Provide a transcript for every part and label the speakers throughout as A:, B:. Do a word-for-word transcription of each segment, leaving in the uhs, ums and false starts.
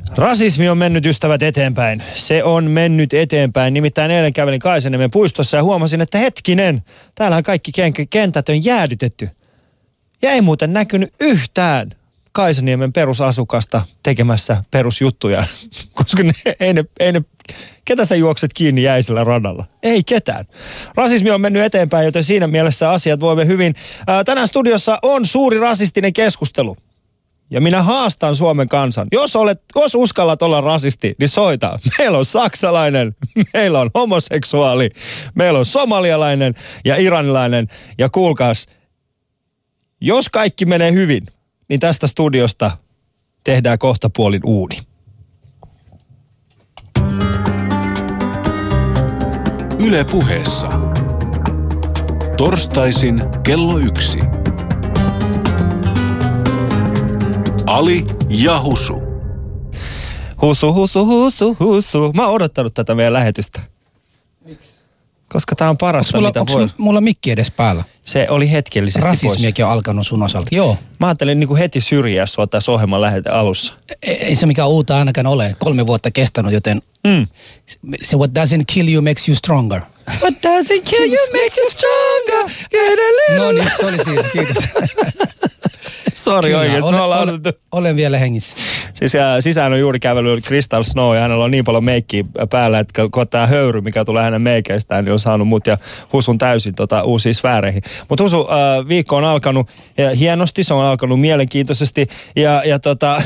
A: Rasismi on mennyt, ystävät, eteenpäin. Se on mennyt eteenpäin. Nimittäin eilen kävelin Kaisaniemen puistossa ja huomasin, että hetkinen, täällähän kaikki kentät on jäädytetty. Ja ei muuten näkynyt yhtään Kaisaniemen perusasukasta tekemässä perusjuttuja, koska ne, ei, ne, ei ne, ketä sä juokset kiinni jäisellä radalla? Ei ketään. Rasismi on mennyt eteenpäin, joten siinä mielessä asiat voimme hyvin. Ää, tänään studiossa on suuri rasistinen keskustelu. Ja minä haastan Suomen kansan. Jos, olet, jos uskallat olla rasisti, niin soita. Meillä on saksalainen, meillä on homoseksuaali, meillä on somalialainen ja iranilainen. Ja kuulkaas, jos kaikki menee hyvin, niin tästä studiosta tehdään kohtapuolin uuni.
B: Yle Puheessa. Torstaisin kello yksi. Ali ja Husu.
A: Husu, husu, husu, husu. Mä oon odottanut tätä meidän lähetystä.
C: Miksi?
A: Koska tää on parasta,
C: mulla,
A: mitä voi.
C: Onko mulla mikki edes päällä?
A: Se oli hetkellisesti pois.
C: Rasismiakin on alkanut sun osalta. Joo.
A: Mä ajattelin niin kuin heti syrjää sua tässä ohjelman lähetä alussa.
C: Ei, ei se mikään uutta ainakaan ole. Kolme vuotta kestänyt, joten
A: Mm.
C: se what doesn't kill you makes you stronger.
A: What doesn't kill you makes you stronger.
C: No niin, se oli siinä. Kiitos.
A: Sori oikeesti.
C: Olen,
A: olen,
C: olen, olen vielä hengissä.
A: Siis sisään on juuri kävellyt Crystal Snow ja hänellä on niin paljon meikkiä päällä, että kun tämä höyry, mikä tulee hänen meikeistään, niin on saanut mut ja Husun täysin tota, uusiin sfääreihin. Mutta Husu, äh, viikko on alkanut ja hienosti, se on alkanut mielenkiintoisesti ja, ja tota...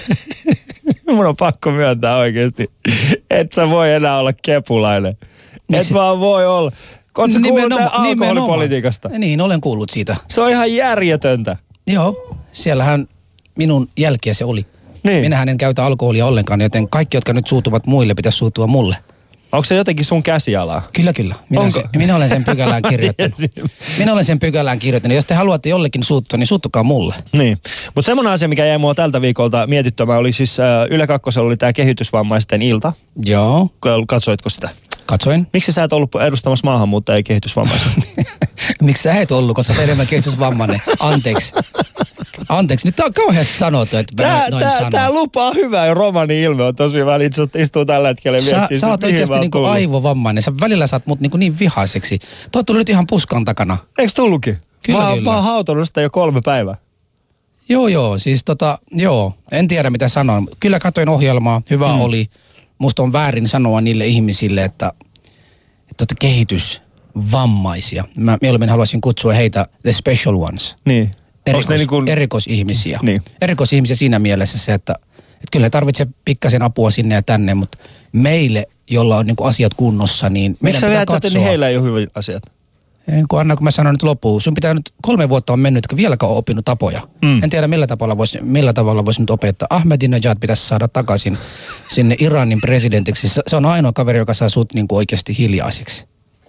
A: mun on pakko myöntää oikeesti, et sä voi enää olla kepulainen. Et vaan voi olla. Oot sä kuullut alkoholipolitiikasta?
C: Niin, olen kuullut siitä.
A: Se on ihan järjetöntä.
C: Joo, siellähän minun jälkeä se oli.
A: Niin.
C: Minähän en käytä alkoholia ollenkaan, joten kaikki, jotka nyt suutuvat muille, pitäisi suutua mulle.
A: Onko se jotenkin sun käsialaa?
C: Kyllä, kyllä. Minä, se, minä olen sen pykälään kirjoittanut. Minä olen sen pykälään kirjoittanut. Jos te haluatte jollekin suuttua, niin suuttukaa mulle.
A: Niin. Mutta semmoinen asia, mikä jäi mua tältä viikolta mietittämään, oli siis äh, Yle Kakkosella oli tämä kehitysvammaisten ilta.
C: Joo.
A: Katsoitko sitä?
C: Katsoin.
A: Miksi sä et ollut edustamassa maahanmuuttajia ja kehitysvammaisia?
C: Miksi sä et ollut, koska sä enemmän kehitysvammainen? Anteeksi. Anteeksi, nyt tää on kauheasti sanottu, että
A: tää,
C: noin
A: tää,
C: sanoo.
A: Tää lupaa hyvää ja romani ilme on tosi hyvä. Itse istuu tällä hetkellä ja miettii.
C: Sä, sä oot oikeasti niinku aivovammainen. Sä välillä saat mut niinku niin vihaiseksi. Tuo tuli nyt ihan puskan takana.
A: Eikö tullutkin?
C: Kyllä,
A: mä,
C: kyllä.
A: Mä oon hautonut sitä jo kolme päivää.
C: Joo, joo. Siis tota, joo. En tiedä mitä sanon. Kyllä katoin ohjelmaa. Hyvä mm. oli. Musta on väärin sanoa niille ihmisille, että, että kehitysvammaisia. Mä mieluummin haluaisin kutsua heitä the special ones.
A: Niin.
C: Erikois,
A: niin kuin...
C: Erikoisihmisiä.
A: Niin.
C: Erikoisihmisiä siinä mielessä se, että, että kyllä he tarvitsee pikkasen apua sinne ja tänne, mutta meille, jolla on niin kuin asiat kunnossa, niin meidän pitää katsoa.
A: Miksi sä niin heillä ei ole hyvät asiat?
C: En kun Anna, kun mä sanon nyt loppuun. Sun pitää nyt, kolme vuotta on mennyt, että vieläkään ole oppinut tapoja. Mm. En tiedä millä tavalla voisi, millä tavalla voisi nyt opettaa. Ahmadinejad pitäisi saada takaisin sinne Iranin presidentiksi. Se on ainoa kaveri, joka saa sut niin kuin oikeasti hiljaiseksi.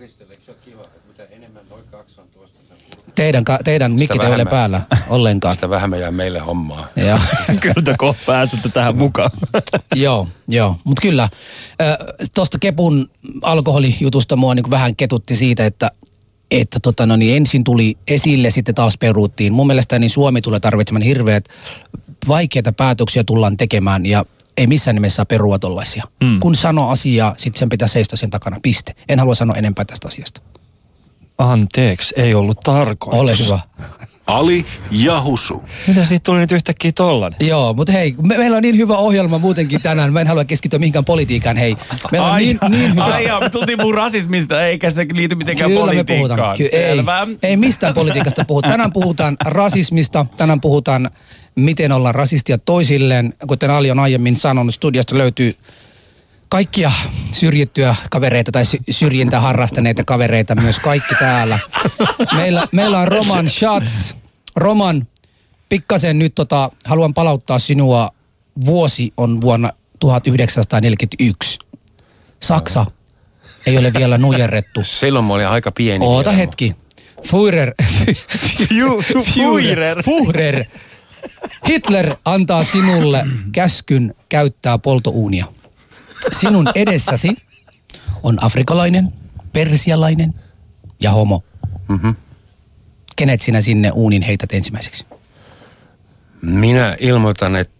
C: Teidän, teidän mikkit ei ole päällä ollenkaan.
D: Sitä vähemmän jää meille hommaa.
A: Kyllä te kohta pääsette tähän mukaan.
C: Joo, joo. Mutta kyllä, äh, tuosta Kepun alkoholijutusta mua niin vähän ketutti siitä, että, että tota, no niin, ensin tuli esille, sitten taas peruuttiin. Mun mielestä niin Suomi tulee tarvitsemaan hirveät, vaikeita päätöksiä tullaan tekemään ja ei missään nimessä saa perua tollaisia. Hmm. Kun sanoo asiaa, sitten sen pitää seistä sen takana. Piste. En halua sanoa enempää tästä asiasta.
A: Anteeksi, ei ollut tarkoitus.
C: Ole hyvä.
B: Ali ja Husu.
A: Mitä siitä tuli nyt yhtäkkiä tollanen?
C: Joo, mutta hei, me, meillä on niin hyvä ohjelma muutenkin tänään. Mä en halua keskittyä mihinkään politiikkaan, hei. Meillä on
E: ai,
C: niin, niin hyvä.
E: Ai jaa, me tultiin puhua rasismista, eikä se liity mitenkään
C: Kyllä
E: politiikkaan.
C: Ky- ei, ei mistään politiikasta puhuta. Tänään puhutaan rasismista, tänään puhutaan miten olla rasistia toisilleen. Kuten Ali on aiemmin sanonut, studiosta löytyy kaikkia syrjittyjä kavereita tai syrjintää harrastaneita kavereita, myös kaikki täällä. Meillä, meillä on Roman Schatz. Roman, pikkasen nyt tota, haluan palauttaa sinua. Vuosi on vuonna tuhatyhdeksänsataaneljäkümmend Saksa ei ole vielä nujerrettu.
D: Silloin mä olin aika pieni.
C: Oota
D: vielä.
C: hetki. Führer.
A: Führer.
C: Führer. Hitler antaa sinulle käskyn käyttää poltouunia. Sinun edessäsi on afrikalainen, persialainen ja homo.
D: Mm-hmm.
C: Kenet sinä sinne uunin heität ensimmäiseksi?
D: Minä ilmoitan, että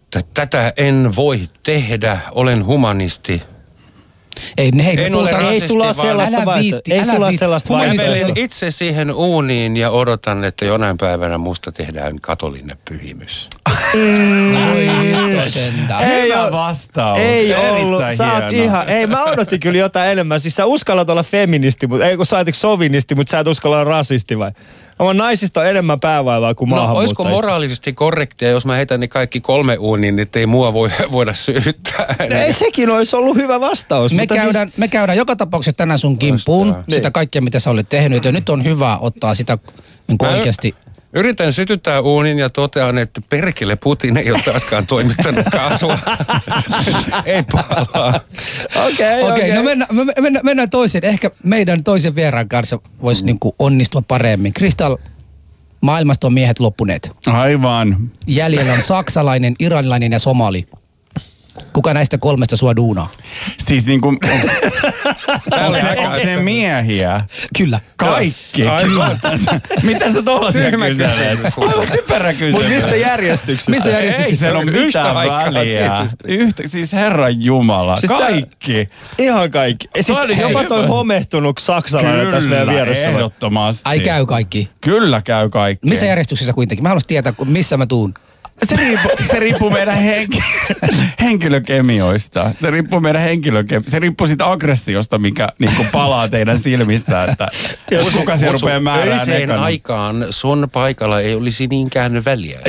D: että tätä en voi tehdä, olen humanisti.
C: Ei, hei, me
D: En ole
C: puhutaan-
A: Ei sulla ole
D: vaan-
A: sellaista
C: Älä
A: vaihtoehtoa.
C: viitti,
A: Ei
C: älä
A: sulla ole
C: viitti.
A: sellaista
C: Humanismi-
A: vaihtoehtoa.
D: Kävelen itse siihen uuniin ja odotan, että jonain päivänä musta tehdään katolinen pyhimys.
C: Voi sentään.
A: Ei
E: Hyvä
A: oo-
E: vastaus.
A: Ei
E: Erittäin
A: ollut. Sä oot
E: hieno.
A: ihan, ei mä odotin kyllä jotain enemmän. Siis sä uskallat olla feministi, mutta ei kun sä oot sovinisti, mutta sä et uskalla olla rasisti vai? Oma naisista on enemmän päävaivaa kuin
D: No
A: maahanmuuttajista.
D: olisiko moraalisesti korrektia, jos mä heitän ne kaikki kolme uuniin, niin ei mua voi, voida syyttää.
A: Ei sekin olisi ollut hyvä vastaus.
C: Me
A: mutta
C: käydään,
A: siis,
C: me käydään joka tapauksessa tänään sun kimppuun,
D: Loistavaa.
C: sitä
A: Niin.
C: kaikkea mitä sä olet tehnyt. Ja nyt on hyvä ottaa sitä niin kuin
D: Mä-
C: oikeasti.
D: Yritän sytyttää uunin ja totean, että perkele Putin ei ole taaskaan toimittanut kaasua. Ei palaa.
A: okei,
C: Okei,
A: okei.
C: no mennään, me, mennään, mennään toiseen. Ehkä meidän toisen vieraan kanssa voisi niin kuin onnistua paremmin. Kristal, maailmasta on miehet loppuneet.
E: Aivan.
C: Jäljellä on saksalainen, iranilainen ja somali. Kuka näistä kolmesta sua duunaa?
E: Siis niinku, onko
D: Täällä
E: onko ne miehiä?
C: Kyllä.
E: Kaikki.
D: Aivan.
E: Mitä sä tollasia
D: Tyhmä
E: kyselet?
D: kysymys.
E: Aivan typerä kysymys.
A: Mutta missä järjestyksessä?
C: Missä järjestyksessä?
E: Ei se ole
D: Yhtä
E: mitään
D: aikaa
E: väliä.
D: tietysti.
E: Yhtä, siis Herran Jumala.
A: Siis tää-
E: Kaikki.
A: Ihan kaikki. Siis
E: Toi oli
A: jopa
E: hyvä.
A: toi homehtunut saksalainen tässä meidän vieressä. vai?
E: ehdottomasti.
C: Ai käy kaikki.
E: Kyllä käy kaikki.
C: Missä järjestyksessä kuitenkin? Mä haluaisin tietää, kun- missä mä tuun.
E: Se riippuu, se riippuu meidän henki, henkilökemioista. Se riippuu meidän henkilökemioista. Se riippuu siitä aggressiosta, mikä niin kuin palaa teidän silmissä, että kuka se rupeaa määrään
D: Öiseen
E: ekana.
D: aikaan sun paikalla ei olisi niinkään väliä.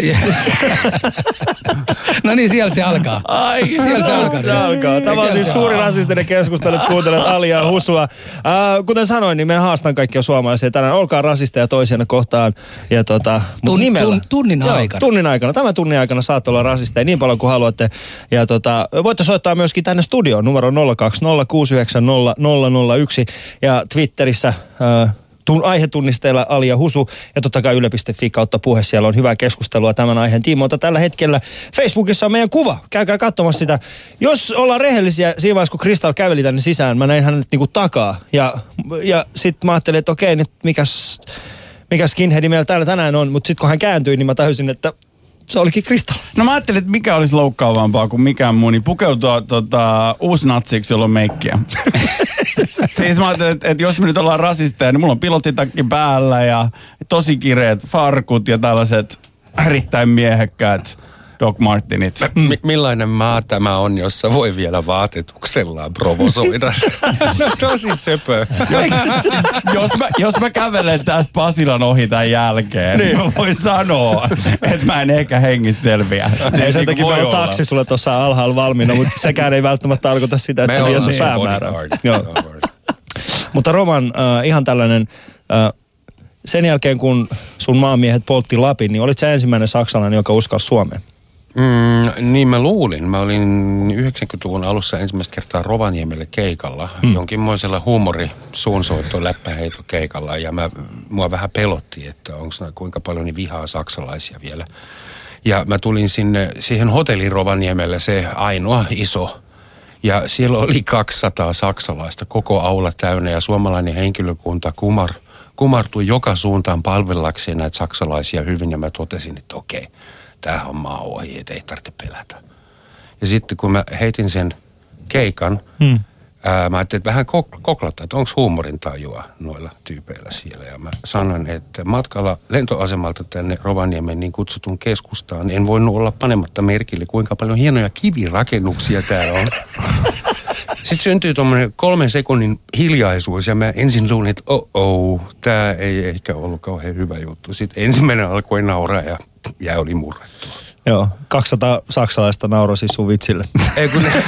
C: No niin, sieltä se alkaa.
E: Ai,
C: Sieltä se alkaa.
A: Se alkaa. Tämä on siis suuri rasistinen keskustelu, että kuuntelet Alia ja Husua. Äh, kuten sanoin, niin minä haastan kaikkia suomalaisia tänään. Olkaa rasisteja toisianne kohtaan. Ja tota, mut
C: Tun-
A: nimellä.
C: tun- tunnin
A: Joo,
C: aikana.
A: tunnin aikana. Tämän tunnin aikana saat olla rasisteja niin paljon kuin haluatte. Ja tota, voitte soittaa myöskin tänne studioon numero nolla kaksi nolla kuusi yhdeksän nolla nolla nolla yksi. Ja Twitterissä äh, tun, aihetunnisteilla Ali ja Husu ja totta kai yle piste fi kautta puhe. Siellä on hyvää keskustelua tämän aiheen tiimoilta tällä hetkellä. Facebookissa on meidän kuva. Käykää katsomassa sitä. Jos ollaan rehellisiä, siinä vaiheessa kun Kristal käveli tänne sisään, mä näin hänet niinku takaa. Ja, ja sit mä ajattelin, että okei, nyt mikäs, mikäs skinheadi meillä täällä tänään on. Mutta sit kun hän kääntyi, niin mä tajusin, että se olikin Kristal.
E: No mä ajattelin, että mikä olisi loukkaavampaa kuin mikään muu, niin pukeutua tota, uusnatsiksi, jolla on meikkiä. Siis mä ajattelin, että, että jos me nyt ollaan rasisteja, niin mulla on pilottitakki päällä ja tosi kireet farkut ja tällaiset erittäin miehekkäät Doc Martinit.
D: Mi- millainen maa tämä on, jossa voi vielä vaatetuksellaan provosoida? Tosi söpö.
E: jos, mä, jos mä kävelen tästä Pasilan ohi tämän jälkeen, niin mä voin sanoa, että mä en ehkä hengissä selviä.
A: Ei sen
E: Niin
A: takia
E: voi
A: meillä on
E: olla.
A: taksi sulle tuossa alhaalla valmiina, mutta sekään ei välttämättä tarkoita sitä, että
D: Me
A: se vie
D: ollaan
A: sun
D: niin
A: päämäärää.
D: bodyguard.
A: Joo.
D: Don't worry.
A: Mutta Roman, äh, ihan tällainen, äh, sen jälkeen kun sun maanmiehet poltti Lapin, niin olit sä ensimmäinen saksalainen, joka uskalsi Suomeen?
D: Mm, niin mä luulin. Mä olin yhdeksänkymmentäluvun alussa ensimmäistä kertaa Rovaniemelle keikalla. Hmm. Jonkinmoisella huumori suunsoitto läppäheito keikalla. Ja mä, mua vähän pelotti, että onko kuinka paljon niin vihaa saksalaisia vielä. Ja mä tulin sinne, siihen hotelliin Rovaniemelle, se ainoa iso. Ja siellä oli kaksisataa saksalaista, koko aula täynnä ja suomalainen henkilökunta kumar, kumartui joka suuntaan palvellakseen näitä saksalaisia hyvin. Ja mä totesin, että okei. Tämä homma on ohi, että ei tarvitse pelätä. Ja sitten kun mä heitin sen keikan, hmm. ää, mä ajattelin, että vähän kok- koklata, että onko huumorin tajua noilla tyypeillä siellä. Ja mä sanoin, että matkalla lentoasemalta tänne Rovaniemen niin kutsutun keskustaan en voinut olla panematta merkille, kuinka paljon hienoja kivirakennuksia täällä on. Sitten syntyy tuommoinen kolmen sekunnin hiljaisuus ja mä ensin luulin, että oh oh, tämä ei ehkä ollut kauhean hyvä juttu. Sitten ensimmäinen alkoi nauraa ja jää oli murrettu.
A: Joo, kaksisataa saksalaista nauroi siis sun vitsille.
D: Ei kun ne,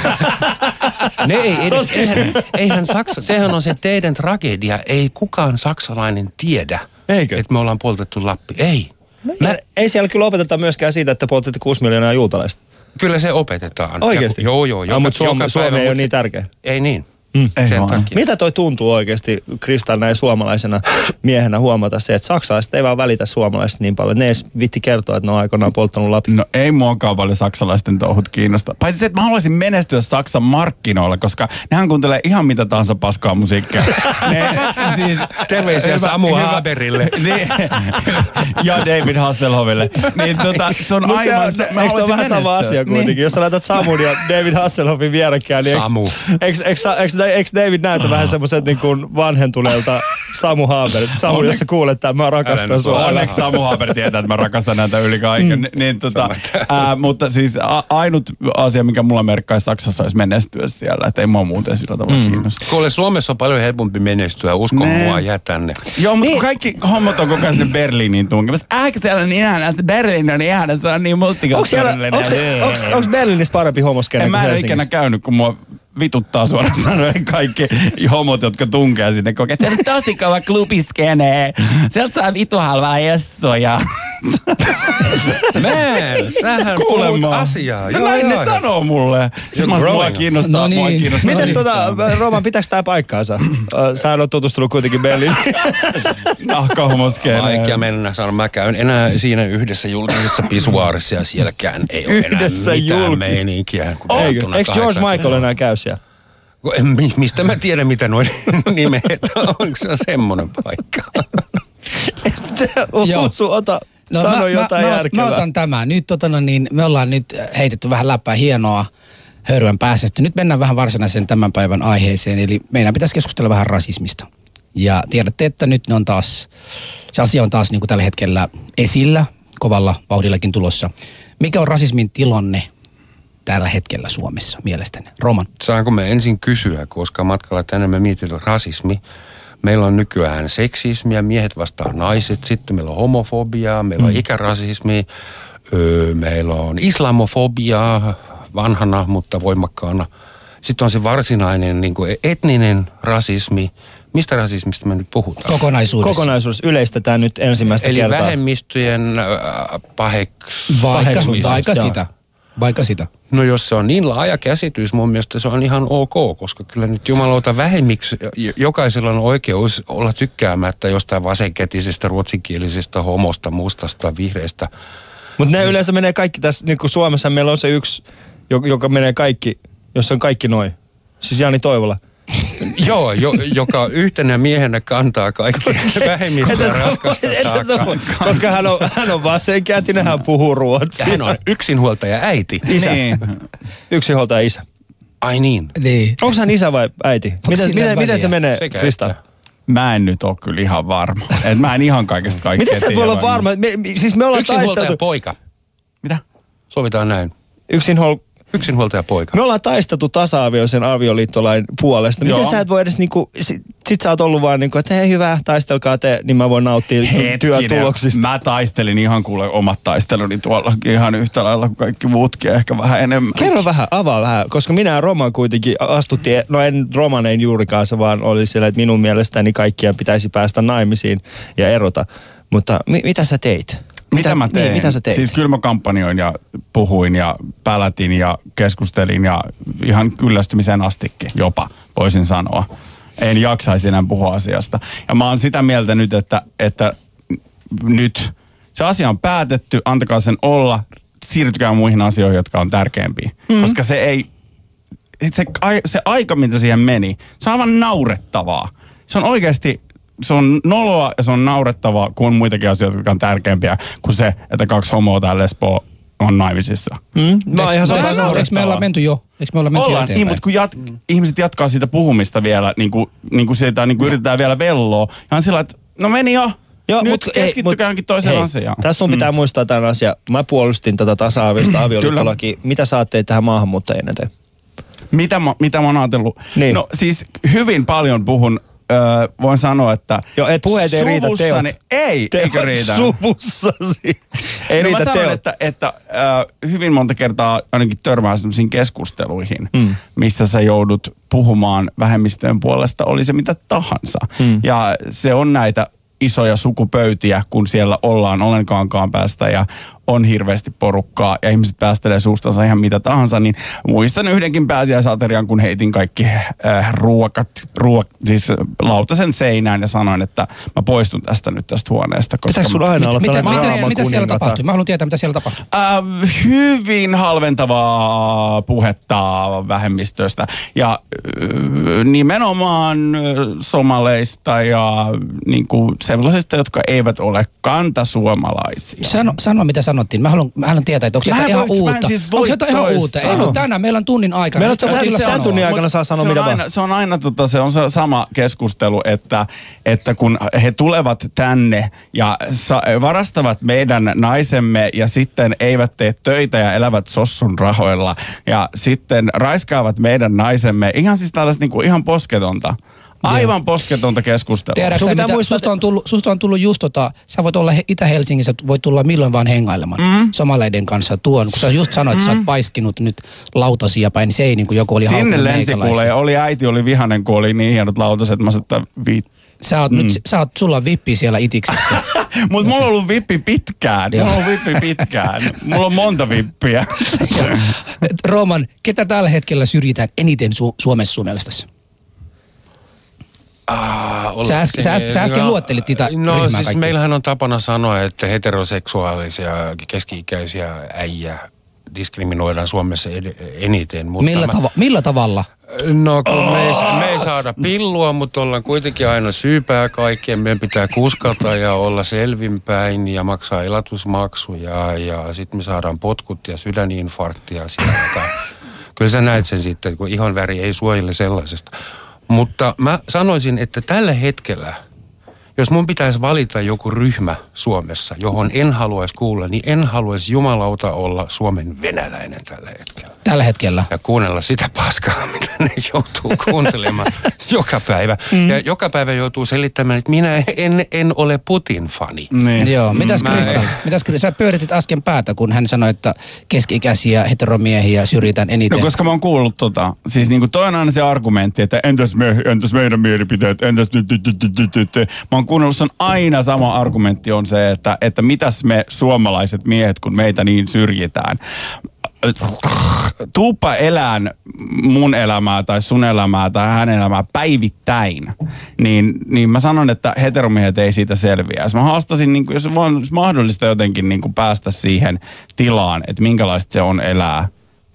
D: ne ei edes, eihän, eihän Saksa, sehän on se teidän tragedia. Ei kukaan saksalainen tiedä,
A: Eikö?
D: että me ollaan poltettu Lappi. Ei.
A: Mä, ei siellä kyllä opeteta myöskään siitä, että poltitte kuusi miljoonaa juutalaista.
D: Kyllä se opetetaan.
A: Oikeesti?
D: Ja, joo, joo.
A: No, mutta Suomi,
D: joka
A: Suomi
D: päivä,
A: ei ole
D: mutta
A: niin
D: se-
A: tärkeä.
D: Ei niin.
A: Mm.
D: Sen
E: vaan.
D: takia.
A: Mitä toi tuntuu oikeasti Kristal näin suomalaisena miehenä huomata se, että saksalaiset ei vaan välitä suomalaiset niin paljon. Ne ei edes vitti kertoa, että ne on aikoinaan polttanut läpi.
E: No ei muakaan paljon saksalaisten touhut kiinnosta. Paitsi se, että mä haluaisin menestyä Saksan markkinoilla, koska nehän kuuntelee ihan mitä tahansa paskaa musiikkia. Ne, siis,
D: Terveisiä
E: hyvä-
D: Samu
E: hyvä-
D: Haberille.
E: Niin, ja David Hasselhoffille. Niin tota, se on
A: Mutta se
E: aivan...
A: on,
E: mä
A: eikö se ole
E: haluaisin
A: vähän sama
E: menestyä.
A: asia kuitenkin?
E: Niin.
A: Jos sä laitat Samun ja David Hasselhoffin vierekkäin, niin
D: Samu.
A: eikö, eikö, eikö, eikö David näytä vähän semmoiset niin kuin vanhentuneelta Samu Haber? Samu,
E: Onne-
A: jos sä kuulet tämän, mä
D: Älä
A: rakastan
D: nyt
A: sua.
D: vaan.
E: Onneksi Samu Haber tietää, että mä rakastan näitä yli kaiken. Mm. Niin, tota, ää, mutta siis a, ainut asia, mikä mulla merkkaisi Saksassa, olisi menestyä siellä. Että ei mua muuten sillä tavalla mm. kiinnosta.
D: Kuule, Suomessa on paljon helpompi menestyä. Uskon
E: Nee.
D: mua, jää tänne.
E: Joo, mutta
A: Niin.
E: niin. kaikki hommat on koko ajan sinne Berliiniin tunkemassa. Äkö siellä on niin ihana, se Berliini on ihana, se on niin
A: Onko siellä,
E: multikulttuurillinen.
A: onko, se- onko, onko Berliinissä parempi homoskene
E: En
A: kuin
E: mä en ole
A: Helsingissä?
E: ikinä käynyt, kun mua vituttaa suoraan sanoen kaikki homot, jotka tunkee sinne kokeen. Se on tosi kova klubiskene. Sieltä saa vitu halvaa jessoja.
D: Man, sähän puhut
E: Kuulemma.
D: asiaa.
E: No näin ne sanoo mulle. Sitten mä mua
D: growing.
E: kiinnostaa,
C: No
E: mua
C: niin.
E: kiinnostaa.
A: Mites
C: niin.
A: tota, Roman, pitääkö tää paikkaansa? Ö, Sä oot tutustunut kuitenkin Berliiniin.
E: Nahkahomoskene.
D: Vaikea mennä, sanon. Mä käyn enää siinä yhdessä julkisessa pisuaarissa ja sielläkään ei ole
A: Yhdessä
D: enää mitään
A: julkis-
D: meininkiä. kun
A: Eikö?
D: verrattuna
A: Eikö George
D: kahdeksan-
A: Michael enää käy siellä?
D: Mi- Mistä mä tiedän, mitä noin nimet on? Onko se semmoinen paikka?
C: Joo.
A: Usu, ota,
C: No,
A: sano
C: mä,
A: jotain
C: mä, mä,
A: järkevää.
C: mä otan tämän. Nyt tota, no, niin, me ollaan nyt heitetty vähän läppää hienoa höyryän päässä. Nyt mennään vähän varsinaiseen tämän päivän aiheeseen. Eli meidän pitäisi keskustella vähän rasismista. Ja tiedätte, että nyt ne on taas, se asia on taas niin kuin tällä hetkellä esillä, kovalla vauhdillakin tulossa. Mikä on rasismin tilanne tällä hetkellä Suomessa mielestäni? Roman.
D: Saanko me ensin kysyä, koska matkalla tänne me mietin rasismi. Meillä on nykyään seksismiä, miehet vastaan naiset, sitten meillä on homofobiaa, meillä on mm. ikärasismi, öö, meillä on islamofobiaa vanhana, mutta voimakkaana. Sitten on se varsinainen niin kuin etninen rasismi. Mistä rasismista me nyt puhutaan?
C: Kokonaisuudessa.
A: Kokonaisuus yleistetään nyt ensimmäistä
D: Eli
A: kertaa.
D: vähemmistöjen äh, paheks...
C: Vaikka,
A: Paheksumisesta,
C: vaikka
A: joo.
C: sitä. Vaikka sitä.
D: No jos se on niin laaja käsitys, mun mielestä se on ihan ok, koska kyllä nyt jumalauta vähemmiksi, jokaisella on oikeus olla tykkäämättä jostain vasenkätisestä, ruotsinkielisestä, homosta, mustasta, vihreästä.
A: Mutta ne yleensä menee kaikki tässä, niin kuin Suomessa meillä on se yksi, joka, joka menee kaikki, jos on kaikki noin. Siis Jani Toivola.
D: Joo, jo, joka yhtenä miehenä kantaa kaikki vähemmistön
A: Etä se-
D: raskasta
A: etä se-
D: taakkaa.
A: Koska hän on, hän on vaan sen kätinen, hän puhuu ruotsia.
D: Hän on yksinhuoltaja äiti.
A: Isä.
E: Niin.
A: Yksinhuoltaja isä.
D: Ai niin.
C: Niin.
A: Onko hän isä vai äiti? Miten,
C: sillä
A: miten, miten
C: väliä?
A: se menee,
D: Sekä
A: Krista?
D: että.
E: Mä en nyt ole kyllä ihan varma. Et mä en ihan kaikesta kaikkea
A: Miten sä et voi olla
E: tiedä.
A: varma? Me, me, siis me ollaan
D: Yksinhuoltaja
A: taisteltu.
D: poika.
E: Mitä?
D: Sovitaan näin.
A: Yksinhuol...
D: Yksinhuoltaja poika.
A: Me ollaan taisteltu tasa-arvioisen avioliittolain puolesta. Miten
E: Joo.
A: sä et voi edes niinku, sit, sit sä oot ollut vaan niinku, että hei hyvä, taistelkaa te, niin mä voin nauttia
E: Hetkinen.
A: työtuloksista.
E: Mä taistelin ihan kuule omat taisteluni tuolla ihan yhtä lailla kuin kaikki muutkin, ehkä vähän enemmän.
A: Kerro vähän, avaa vähän, koska minä ja Roman kuitenkin astuttiin, no en Roman ei juurikaan, se vaan oli siellä, että minun mielestäni kaikkien pitäisi päästä naimisiin ja erota. Mutta mi, mitä sä teit?
E: Mitä mä tein?
A: Niin, mitä sä teit?
E: Siis kyllä mä kampanjoin ja puhuin ja pälätin ja keskustelin ja ihan kyllästymiseen astikin jopa, voisin sanoa. En jaksaisi enää puhua asiasta. Ja mä oon sitä mieltä nyt, että, että nyt se asia on päätetty, antakaa sen olla, siirtykää muihin asioihin, jotka on tärkeämpiä. Mm-hmm. Koska se ei, se, se aika, mitä siihen meni, se on aivan naurettavaa. Se on oikeasti... Se on noloa ja se on naurettavaa kuin muitakin asioita, jotka on tärkeämpiä kuin se, että kaksi homoa tai lesboa on naimisissa.
A: Mm? Mä oon ihan
C: Eikö-
A: samaa
C: eikö- Eikö me ollaan menty jo? Eikö me ollaan menty jo
E: Ollaan, niin,
C: eteenpäin?
E: mutta kun jat, mm. ihmiset jatkaa siitä puhumista vielä, niin kuin, niin kuin siitä niin kuin yritetään vielä velloa, ja on sillä, että no meni jo,
A: Joo,
E: nyt
A: mut, ei,
E: keskittykää johonkin toiseen
A: hei,
E: asiaan.
A: Tässä sun pitää mm. muistaa tämän asian. Mä puolustin tätä tasa-arvoista avioliittolakia. Mitä sä oot teit tähän maahanmuuttajien eteen?
E: Mitä mä, mitä mä oon ajatellut?
A: Niin.
E: No siis hyvin paljon puhun, öö, voin sanoa, että
A: Joo, ei, puheet ei riitä,
E: suvussani-
A: teot.
E: Ei,
A: Teot
E: eikö riitä?
A: suvussasi. Ei
E: no
A: riitä
E: mä sanon,
A: teot.
E: että, että äh, hyvin monta kertaa ainakin törmää sellaisiin keskusteluihin, mm. missä sä joudut puhumaan vähemmistöjen puolesta, oli se mitä tahansa. Mm. Ja se on näitä isoja sukupöytiä, kun siellä ollaan Olenkaankaan päästä ja on hirveästi porukkaa ja ihmiset päästelee suustansa ihan mitä tahansa, niin muistan yhdenkin pääsiäisaterian, kun heitin kaikki äh, ruokat, ruok, siis lautasen seinään ja sanoin, että mä poistun tästä nyt tästä huoneesta.
A: Pitääkö sulla aina olla
C: mitä,
A: tällainen
C: mitä, mitä siellä tapahtui? Mä haluan tietää, mitä siellä tapahtui.
E: Äh, hyvin halventavaa puhetta vähemmistöstä ja äh, nimenomaan äh, somaleista ja niin kuin sellaisista, jotka eivät ole kantasuomalaisia.
C: Sano, sano mitä sanottiin. Mä haluan, mä haluan tietää, että onko se ihan uutta.
E: Siis
C: onko se ihan uutta? Ei, tänään meillä on tunnin aikana.
A: Meillä on tämän, tämän tunnin aikana saa sanoa mitä
E: aina,
A: vaan.
E: Se on aina tota, se on se sama keskustelu, että, että kun he tulevat tänne ja sa- varastavat meidän naisemme ja sitten eivät tee töitä ja elävät sossun rahoilla ja sitten raiskaavat meidän naisemme, ihan siis tällaista niin kuin ihan posketonta. Aivan posketonta keskustelua.
C: Tiedätkö, mitä, muistaa, susta, on tullut, susta on tullut just tota, sä voit olla Itä-Helsingissä, voit tulla milloin vaan hengailemaan mm. somaleiden kanssa tuon. Kun sä just sanoit, että mm. sä oot paiskinut nyt lautasia päin seiniin, kun joku oli haukkunut meikäläisiä.
E: Sinne lensi kuule, oli äiti oli vihainen, kun oli niin hienot lautaset, mä sanoin, että vi...
C: Sä oot mm. nyt, sä oot, sulla on vippi siellä itiksessä.
E: Mutta mulla on ollut vippi pitkään. Mulla on ollut vippi pitkään. Mulla on monta vippiä.
C: Roman, ketä tällä hetkellä syrjitään eniten Su- Suomessa sun mielestäsi?
D: Ah,
C: sä äsken, sä äsken, sä äsken no, luottelit niitä
D: No
C: ryhmää
D: siis
C: kaikki.
D: Meillähän on tapana sanoa, että heteroseksuaalisia keski-ikäisiä äijä diskriminoidaan Suomessa ed- eniten. Mutta
C: millä,
D: mä,
C: tava- millä tavalla?
D: No kun oh. me, ei, me ei saada pillua, mutta ollaan kuitenkin aina syypää kaikkeen. Meidän pitää kuskata ja olla selvinpäin ja maksaa elatusmaksuja ja sitten me saadaan potkut ja sydäninfarktia sieltä. Kyllä sä näet sen sitten, kun ihonväri ei suojele sellaisesta. Mutta mä sanoisin, että tällä hetkellä, jos mun pitäisi valita joku ryhmä Suomessa, johon en haluaisi kuulla, niin en haluaisi jumalauta olla Suomen venäläinen tällä hetkellä.
C: Tällä hetkellä?
D: Ja kuunnella sitä paskaa, mitä ne joutuu kuuntelemaan joka päivä. Mm. Ja joka päivä joutuu selittämään, että minä en, en ole Putin-fani.
C: Niin. Joo, mitäs Krista? Mitäs Krista? Sä pyöritit äsken päätä, kun hän sanoi, että keski-ikäisiä heteromiehiä syrjitään eniten.
E: No koska mä oon kuullut tota. Siis niinku toi on aina se argumentti, että entäs, me, entäs meidän mielipiteet, entäs nyt, nyt, nyt, nyt, nyt. Mä oon kuunnellut, se on aina sama argumentti on se, että, että mitäs me suomalaiset miehet, kun meitä niin syrjitään. Tuuppa elään mun elämää tai sun elämää tai hänen elämää päivittäin, niin, niin mä sanon, että heteromiehet ei siitä selviä. Mä haastasin, niin kuin, jos on mahdollista jotenkin niin kuin päästä siihen tilaan, että minkälaista se on elää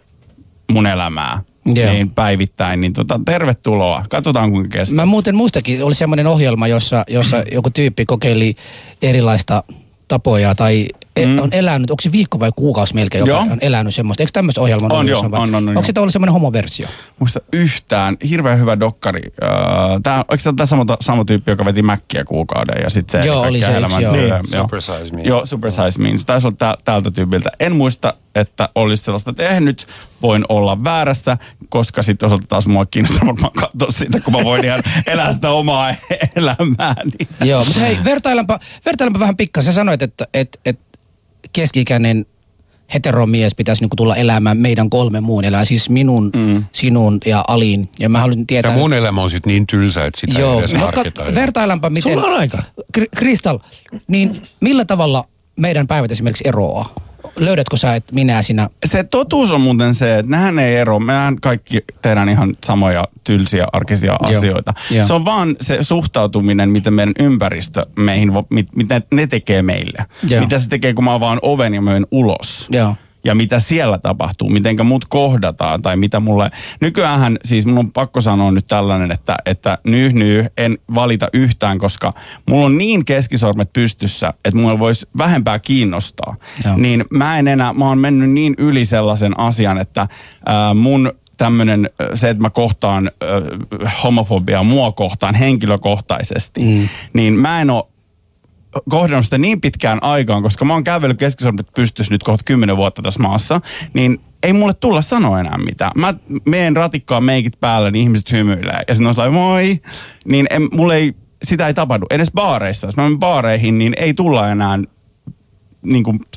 E: mun elämää. Yeah. Niin päivittäin, niin tota, tervetuloa. Katsotaan kuinka kestää.
C: Mä muuten muistakin, oli semmoinen ohjelma, jossa, jossa joku tyyppi kokeili erilaista tapoja tai mm. on elänyt, onko se viikko vai kuukausi melkein, joka on elänyt semmoista. Eikö tämmöistä ohjelmaa
E: on?
C: On,
E: joo, on, on, on.
C: Onko se ollut semmoinen homoversio?
E: Muista yhtään. Hirveän hyvä dokkari. Tää, onko tämä sama, sama tyyppi, joka veti mäkkiä kuukauden ja sitten se
C: joo, oli se yksi, joo.
E: Niin,
D: Super Size Me.
E: Joo, Super Size Me. Se taisi olla tä, tältä tyypiltä. En muista, että olisi sellaista tehnyt. Voin olla väärässä, koska sitten osalta taas mua kiinnostaa varmaan katsoa siitä, kun mä voin ihan elää sitä omaa elämääni.
C: Joo, mutta hei, vertailenpa, vertailenpa vähän pikkasen. Sä sanoit, että et, et keski-ikäinen heteromies pitäisi niinku tulla elämään meidän kolme muun elämää, siis minun, mm. sinun ja Alin. Ja mä haluan tietää...
D: Ja mun elämä on sitten niin tylsä, että sitä
C: joo,
D: ei edes
C: no,
D: harkita.
C: Vertailenpa miten...
A: Sulla on aika.
C: Kristal, niin millä tavalla meidän päivät esimerkiksi eroaa? Löydätkö sä, että minä sinä...
E: Se totuus on muuten se, että nehän ei ero. Mehän kaikki tehdään ihan samoja tylsiä arkisia Joo. asioita. Joo. Se on vaan se suhtautuminen, miten meidän ympäristö meihin, mitä ne tekee meille. Joo. Mitä se tekee, kun mä avaan oven ja menen ulos. Joo. Ja mitä siellä tapahtuu, mitenkä mut kohdataan tai mitä mulle... Nykyäänhän, siis mun on pakko sanoa nyt tällainen, että, että nyh nyh en valita yhtään, koska mulla on niin keskisormet pystyssä, että mulla voisi vähempää kiinnostaa. Joo. Niin mä en enää, mä oon mennyt niin yli sellaisen asian, että ää, mun tämmönen, se, että mä kohtaan ää, homofobiaa mua kohtaan henkilökohtaisesti, mm. niin mä en oo kohdannut sitä niin pitkään aikaan, koska mä oon kävellyt keskisormet pystyssä nyt kohta kymmenen vuotta tässä maassa, niin ei mulle tulla sanoa enää mitään. Mä meen ratikkaan meikit päällä, niin ihmiset hymyilee. Ja sitten on sellainen, moi. Niin en, mulle ei, sitä ei tapahdu. Edes baareissa. Jos mä menen baareihin, niin ei tulla enää niin kuin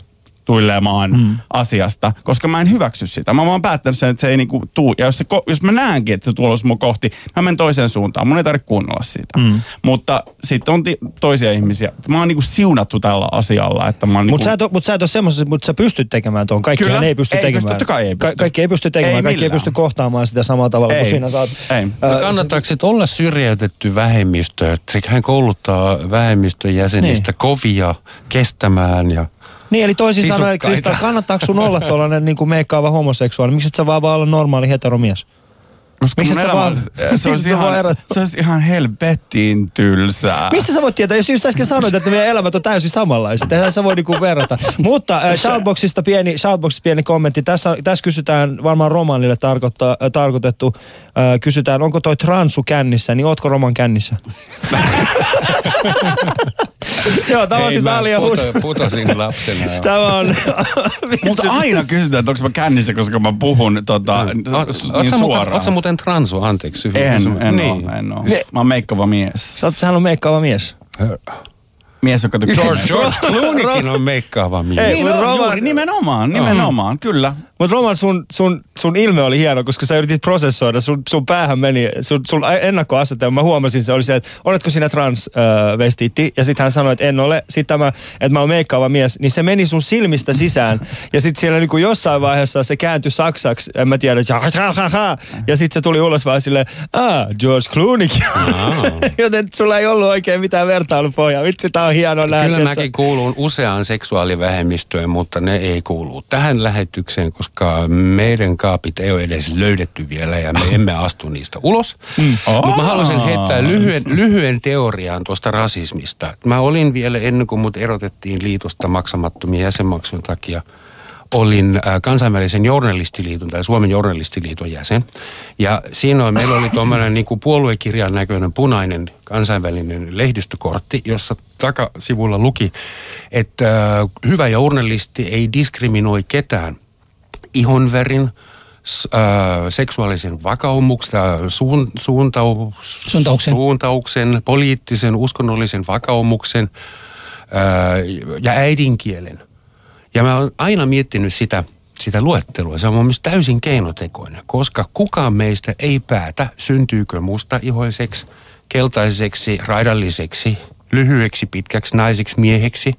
E: tuilemaan mm. asiasta, koska mä en hyväksy sitä. Mä oon vaan päättänyt sen, että se ei niinku tuu. Ja jos, se, jos mä näenkin, että se tulos mun kohti, mä menen toiseen suuntaan. Mun ei tarvitse kuunnella sitä. Mm. Mutta sitten on t- toisia ihmisiä. Mä oon niinku siunattu tällä asialla. Että mä oon
A: Mutta
E: niinku...
A: sä, mut sä et ole semmoisessa, mutta sä pystyt tekemään tuon. Kaikkihan ei pysty
E: ei
A: tekemään.
E: Pysty, totta kai ei pysty.
A: Ka- kaikki ei pysty tekemään.
E: Ei
A: kaikki ei pysty kohtaamaan sitä samalla tavalla
E: ei.
A: kuin sinä saat.
E: Ei.
D: Äh, Kannattaako sit olla syrjäytetty vähemmistö? Sehän kouluttaa vähemmistön jäsenistä niin. kovia kestämään ja...
A: Niin, eli toisin sanoen, Krista, kannattaako sun olla tuollainen niin kuin meikkaava homoseksuaali? Miksi et sä vaan vaan olla normaali heteromies?
E: Koska
A: Miksi
E: mun
A: sä
E: elämä,
A: vaan,
E: se, olisi ihan, se olisi ihan helvettiin tylsää.
A: Mistä sä voit tietää, jos just äsken sanoit, että meidän elämät on täysin samanlaiset. Eihän sä voi niinku verrata. Mutta äh, Shoutboxista pieni, Shoutboxista pieni kommentti. Tässä, tässä kysytään varmaan romanille äh, tarkoitettu. Äh, kysytään, onko toi transu kännissä, niin ootko roman kännissä? Joo, tämä on siis Ali ja Husu.
D: Putosin lapsena.
A: Tämä on...
E: Mutta aina kysytään, että onko mä kännissä, koska mä puhun tota, niin suoraan.
D: Ootko sä muuten transu? Anteeksi.
E: En, en
D: niin.
E: ole, en ole. Mä oon meikkaava mies.
A: Sä oot, hän on meikkaava mies.
E: Mies, joka tykkää.
D: George, George Clooneykin on meikkaava mies.
A: Ei,
E: niin on,
A: Roman,
E: juuri, nimenomaan, nimenomaan, oh. kyllä.
A: Mutta Roman, sun, sun, sun ilme oli hieno, koska sä yritit prosessoida, sun, sun päähän meni, sun, sun ennakkoasetelma, mä huomasin se oli se, että oletko sinä transvestiitti? Äh, ja sitten hän sanoi, että en ole. Sitten tämä, että mä oon meikkaava mies, niin se meni sun silmistä sisään. Ja sitten siellä niinku jossain vaiheessa se kääntyi saksaksi, en mä tiedä, ja sitten se tuli ulos vaan silleen, ah, George Clooneykin. Joten sulla ei ollut oikein mitään vertailupohjaa. Vitsi, tää on hieno nähdä.
D: Kyllä mäkin kuulun useaan seksuaalivähemmistöön, mutta ne ei kuulu tähän lähetykseen, koska meidän kaapit ei ole edes löydetty vielä ja me emme astu niistä ulos. Mm. Mutta mä haluaisin heittää lyhyen, lyhyen teorian tuosta rasismista. Mä olin vielä ennen kuin mut erotettiin liitosta maksamattomien jäsenmaksujen takia, olin kansainvälisen journalistiliiton tai Suomen journalistiliiton jäsen. Ja siinä meillä oli tuommoinen niin kuin puoluekirjan näköinen punainen kansainvälinen lehdistökortti, jossa takasivulla luki, että hyvä journalisti ei diskriminoi ketään ihonvärin, äh, seksuaalisen vakaumuksen, suun, suuntau,
C: suuntauksen.
D: suuntauksen, poliittisen, uskonnollisen vakaumuksen äh, ja äidinkielen. Ja mä oon aina miettinyt sitä, sitä luettelua. Se on mun mielestä täysin keinotekoinen, koska kukaan meistä ei päätä, syntyykö mustaihoiseksi, keltaiseksi, raidalliseksi, lyhyeksi, pitkäksi, naiseksi, mieheksi.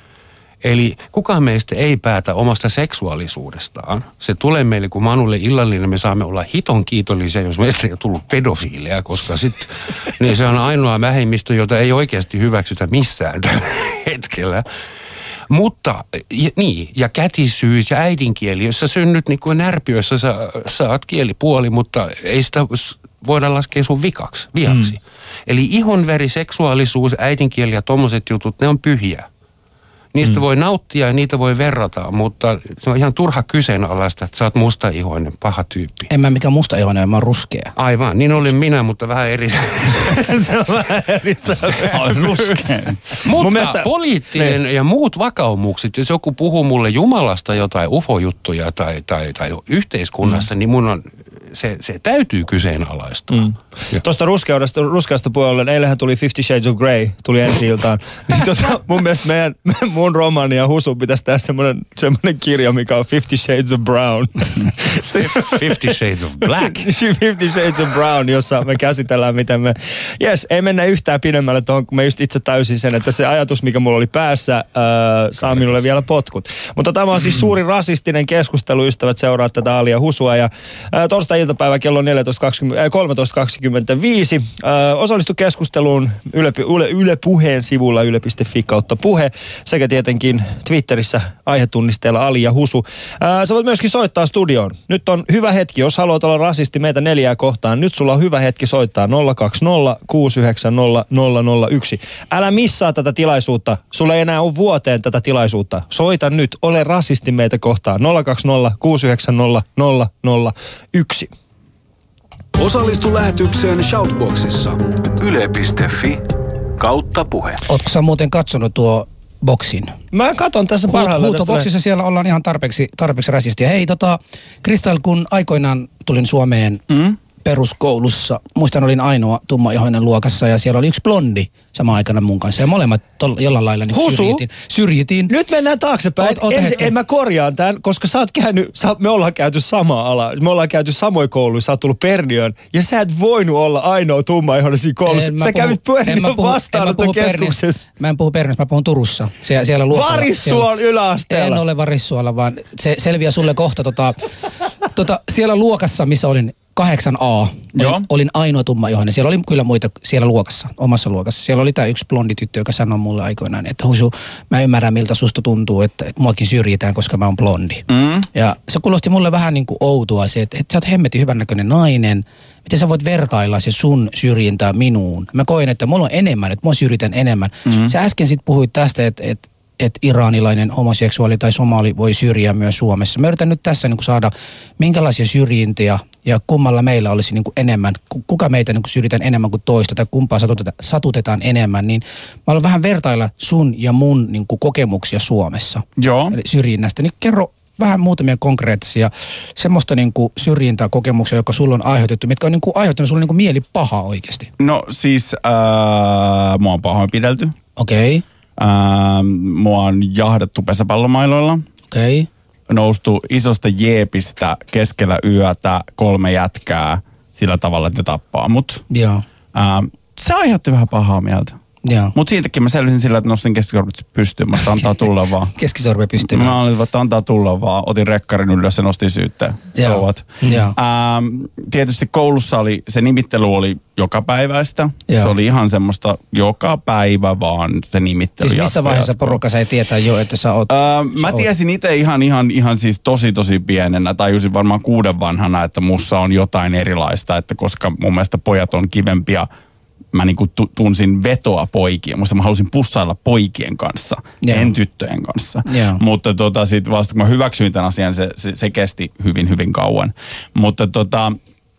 D: Eli kukaan meistä ei päätä omasta seksuaalisuudestaan. Se tulee meille, kun Manulle illallinen, me saamme olla hiton kiitollisia, jos meistä ei ole tullut pedofiileja, koska sitten niin se on ainoa vähemmistö, jota ei oikeasti hyväksytä missään tällä hetkellä. Mutta, ja, niin, ja kätisyys ja äidinkieli, jos sä synnyt niin kuin närpiössä, sä saat kielipuoli, mutta ei sitä voida laskea sun vikaksi, viaksi. Mm. Eli ihonväri, seksuaalisuus, äidinkieli ja tommoset jutut, ne on pyhiä. Niistä mm. voi nauttia ja niitä voi verrata, mutta se on ihan turha kyseenalaista, että sä oot mustaihoinen, paha tyyppi.
C: En mä mikään mustaihoinen, mä oon ruskea.
D: Aivan, niin olin minä, mutta vähän eri.
A: Se on vähän eri. Se
E: on ruskea.
D: Mutta mielestä, poliittinen ne. Ja muut vakaumukset, jos joku puhuu mulle Jumalasta jotain ufojuttuja tai, tai, tai yhteiskunnasta, mm. niin mun on, se, se täytyy kyseenalaistaa. Mm.
A: Tuosta ruskeudesta, ruskeasta puolella, eilähän tuli Fifty Shades of Grey, tuli ensi iltaan. Niin tuossa, mun mielestä meidän, mun romani ja Husu pitäisi tehdä semmoinen, semmoinen kirja, mikä on Fifty Shades of Brown.
D: Fifty Shades of Black.
A: Fifty Shades of Brown, jossa me käsitellään, miten me... Jes, ei mennä yhtään pidemmälle tuohon, kun me just itse täysin sen, että se ajatus, mikä mulla oli päässä, äh, saa minulle vielä potkut. Mutta tämä on siis suuri rasistinen keskustelu, ystävät seuraa tätä Ali ja Husua. Ja äh, torstai-iltapäivä kello kolmetoista kaksikymmentäviisi. Äh, osallistu keskusteluun Yle, Yle, Yle Puheen sivulla yle piste fi kautta puhe sekä tietenkin Twitterissä aihetunnisteella Ali ja Husu. Äh, sä voit myöskin soittaa studioon. Nyt on hyvä hetki, jos haluat olla rasisti meitä neljää kohtaan. Nyt sulla on hyvä hetki soittaa nolla kaksi nolla kuusi yhdeksän nolla nolla nolla yksi. Älä missaa tätä tilaisuutta. Sulla ei enää ole vuoteen tätä tilaisuutta. Soita nyt, ole rasisti meitä kohtaan. nolla kaksi nolla kuusi yhdeksän nolla nolla nolla yksi.
B: Osallistu lähetykseen Shoutboxissa. yle piste fi kautta puhe.
C: Ootko sä muuten katsonut tuo boksin?
A: Mä katon tässä parhaillaan.
C: Huutoboksissa siellä ollaan ihan tarpeeksi, tarpeeksi rasistia. Hei tota, Kristal, kun aikoinaan tulin Suomeen mm? peruskoulussa. Muistan, olin ainoa tummaihoinen luokassa ja siellä oli yksi blondi samaan aikana mun kanssa. Ja molemmat tol- jollain lailla niin
A: Husu.
C: syrjitin. syrjitin.
A: Nyt mennään taaksepäin.
C: Oot- oota
A: Ensin,
C: hetken.
A: en mä korjaan tämän, koska sä oot käynyt, sä, me ollaan käyty samaa alaa. Me ollaan käyty samoin kouluun, sä oot tullut Perniöön. Ja sä et voinut olla ainoa tummaihoinen siinä koulussa.
C: En mä
A: Sä
C: puhu-
A: kävit
C: en mä
A: Perniön
C: puhu- en mä puhu
A: vastaanottokeskuksessa.
C: Perniöstä. Mä en puhu Perniöstä, mä puhun Turussa. Sie- siellä luokalla.
A: Varissuon yläasteella.
C: En ole Varissuolla, vaan se selviää sulle kohta. Tota, tota, siellä luokassa, missä olin kahdeksan A,
E: Joo.
C: olin, olin ainoa tummaihoinen. Siellä oli kyllä muita siellä luokassa, omassa luokassa. Siellä oli tämä yksi blondi tyttö, joka sanoi mulle aikoinaan, että Husu, mä ymmärrän miltä susta tuntuu, että, että muakin syrjitään, koska mä oon blondi.
E: Mm.
C: Ja se kuulosti mulle vähän niin kuin outoa se, että, että sä oot hemmetin hyvännäköinen nainen. Miten sä voit vertailla se sun syrjintää minuun? Mä koin, että mulla on enemmän, että mua syrjitään enemmän. Mm. Sä äsken sit puhuit tästä, että, että että iranilainen homoseksuaali tai somali voi syrjiä myös Suomessa. Mä yritän nyt tässä niin kuin saada minkälaisia syrjintiä ja kummalla meillä olisi niin kuin enemmän, kuka meitä niin kuin syrjitään enemmän kuin toista tai kumpaa satutetaan, satutetaan enemmän, niin mä haluan vähän vertailla sun ja mun niin kuin kokemuksia Suomessa.
E: Joo.
C: Eli syrjinnästä, niin kerro vähän muutamia konkreettisia semmoista niin kuin syrjintäkokemuksia, joka sulla on aiheutettu, mitkä on niin kuin aiheuttanut sulle niin kuin mieli paha oikeasti.
E: No siis äh, mua on pahoinpidelty.
C: Okei, okay.
E: Ähm, mua on jahdattu pesäpallomailoilla.
C: okei. Okay.
E: Noustu isosta jeepistä keskellä yötä kolme jätkää sillä tavalla, että ne tappaa mut.
C: Joo,
E: Ähm, se aiheutti vähän pahaa mieltä.
C: joo.
E: Mutta siitäkin mä selvisin sillä, että nostin keskisormet pystyyn. Mä antaa tulla vaan.
C: Keskisormi pystyy.
E: Mä olin, että antaa tulla vaan. Otin rekkarin ylös ja nostin syytteen.
C: Joo.
E: So what?
C: Joo.
E: Ähm, tietysti koulussa oli, se nimittely oli joka päiväistä.
C: Joo.
E: Se oli ihan semmoista joka päivä vaan se nimittely.
C: Siis missä
E: jatkuu,
C: vaiheessa
E: jatkuu.
C: porukka sai tietää jo, että sä oot...
E: Öö,
C: sä
E: mä
C: oot-
E: tiesin itse ihan, ihan, ihan siis tosi tosi pienenä, tajusin varmaan kuuden vanhana, että mussa on jotain erilaista, että koska mun mielestä pojat on kivempiä, mä niinku tu- tunsin vetoa poikia. Musta mä halusin pussailla poikien kanssa,
C: Joo.
E: en tyttöjen kanssa.
C: Joo.
E: Mutta tota sit vasta kun mä hyväksyin tämän asian, se, se, se kesti hyvin hyvin kauan. Mutta tota...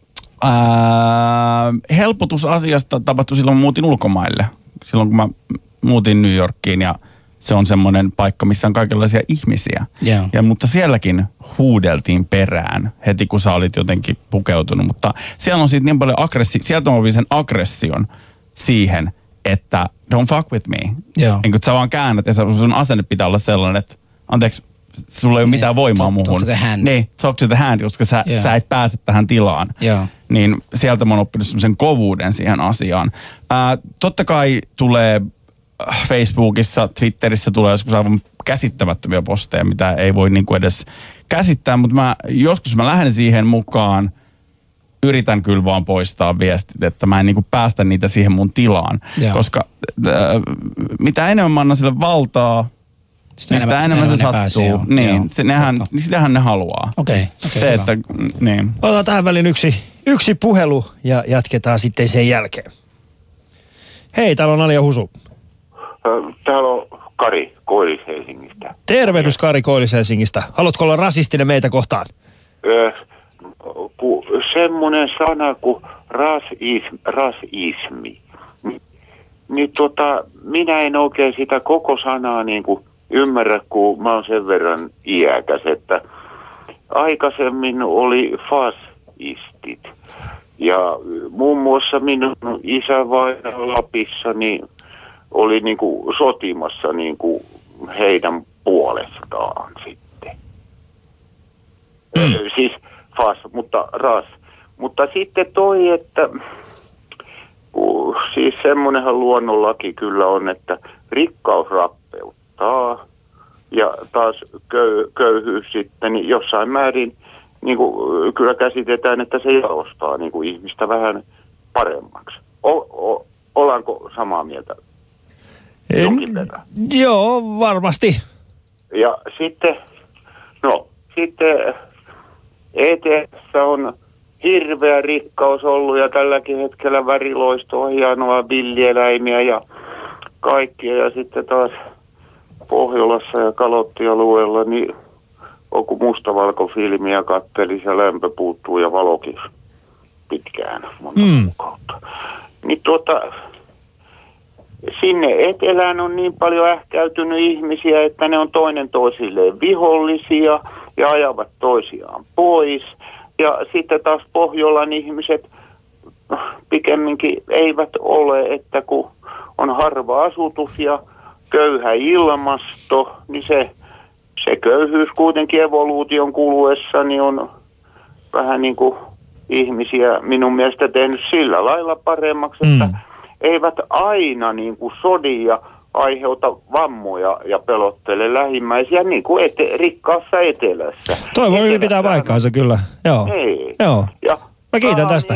E: Ää, helpotus asiasta tapahtui silloin, kun muutin ulkomaille. Silloin kun mä muutin New Yorkiin ja se on semmoinen paikka, missä on kaikenlaisia ihmisiä.
C: Joo.
E: Ja, mutta sielläkin huudeltiin perään heti, kun sä olit jotenkin pukeutunut. Mutta siellä on siitä niin paljon aggressi- sieltä mä sen aggression siihen, että don't fuck with me.
C: Joo.
E: Niin kun sä vaan käännät ja sun asenne pitää olla sellainen, että anteeksi, sulla ei ole
C: Niin,
E: mitään voimaa
C: talk-
E: muuhun.
C: talk to the hand.
E: Niin, talk to the hand, koska sä,
C: Joo.
E: sä et pääse tähän tilaan.
C: Joo.
E: Niin sieltä mä oon oppinut semmoisen kovuuden siihen asiaan. Ää, totta kai tulee äh, Facebookissa, Twitterissä tulee joskus aivan käsittämättömiä posteja, mitä ei voi niinku edes käsittää, mutta mä, joskus mä lähden siihen mukaan, yritän kyllä vaan poistaa viestit, että mä en niinku päästä niitä siihen mun tilaan.
C: Joo.
E: Koska äh, mitä enemmän mä annan sille valtaa,
C: Sitä
E: niin sitä enemmän se
C: ne
E: sattuu.
C: pääsee, joo.
E: Niin,
C: Joo.
E: se, nehän,
C: Totta.
E: sitähän ne haluaa.
C: Okei, okei,
E: Se,
C: hyvä.
E: että, niin.
A: Otetaan tähän väliin yksi, yksi puhelu ja jatketaan sitten sen jälkeen. Hei, täällä on Alia Husu.
F: Täällä on Kari Koilis Helsingistä.
A: Tervehdys Kari Koilis Helsingistä. Haluatko olla rasistinen meitä kohtaan?
F: Ö, ku, semmoinen sana kuin rasism, rasismi. Ni, niin tota, minä en oikein sitä koko sanaa niin kuin ymmärrä, kun mä oon sen verran iäkäs, että aikaisemmin oli fasistit. Ja muun muassa minun isävaina Lapissa niin oli niin kuin sotimassa niin kuin heidän puolestaan sitten. Mm. Siis fas, mutta ras. Mutta sitten toi, että uh, siis semmoinenhan luonnonlaki kyllä on, että rikkaus rappeuttaa ja taas köy, köyhyys sitten niin jossain määrin niin kuin, kyllä käsitetään, että se jalostaa niin kuin ihmistä vähän paremmaksi. O, o, ollaanko samaa mieltä? Jonkin verran.
A: Joo, varmasti.
F: Ja sitten, no, sitten E T F:ssä on hirveä rikkaus ollut ja tälläkin hetkellä väriloistoa, hienoa villieläimiä ja kaikkia. Ja sitten taas Pohjolassa ja Kalottialueella, niin on kun mustavalkofilmiä kattelis ja lämpö puuttuu ja valokin pitkään monta
A: Mm.
F: kuukautta. Niin tuota, sinne etelään on niin paljon ähkäytynyt ihmisiä, että ne on toinen toisilleen vihollisia ja ajavat toisiaan pois. Ja sitten taas Pohjolan ihmiset pikemminkin eivät ole, että kun on harva asutus ja köyhä ilmasto, niin se, se köyhyys kuitenkin evoluution kuluessa niin on vähän niin kuin ihmisiä minun mielestä tehnyt sillä lailla paremmaksi, että mm. eivät aina niin kuin sodia aiheuta vammoja ja pelottele lähimmäisiä niin kuin ete, rikkaassa etelässä.
A: Toi voi hyvin pitää paikkaansa kyllä. Joo.
F: Ei.
A: Joo.
F: Ja
A: mä kiitän tästä.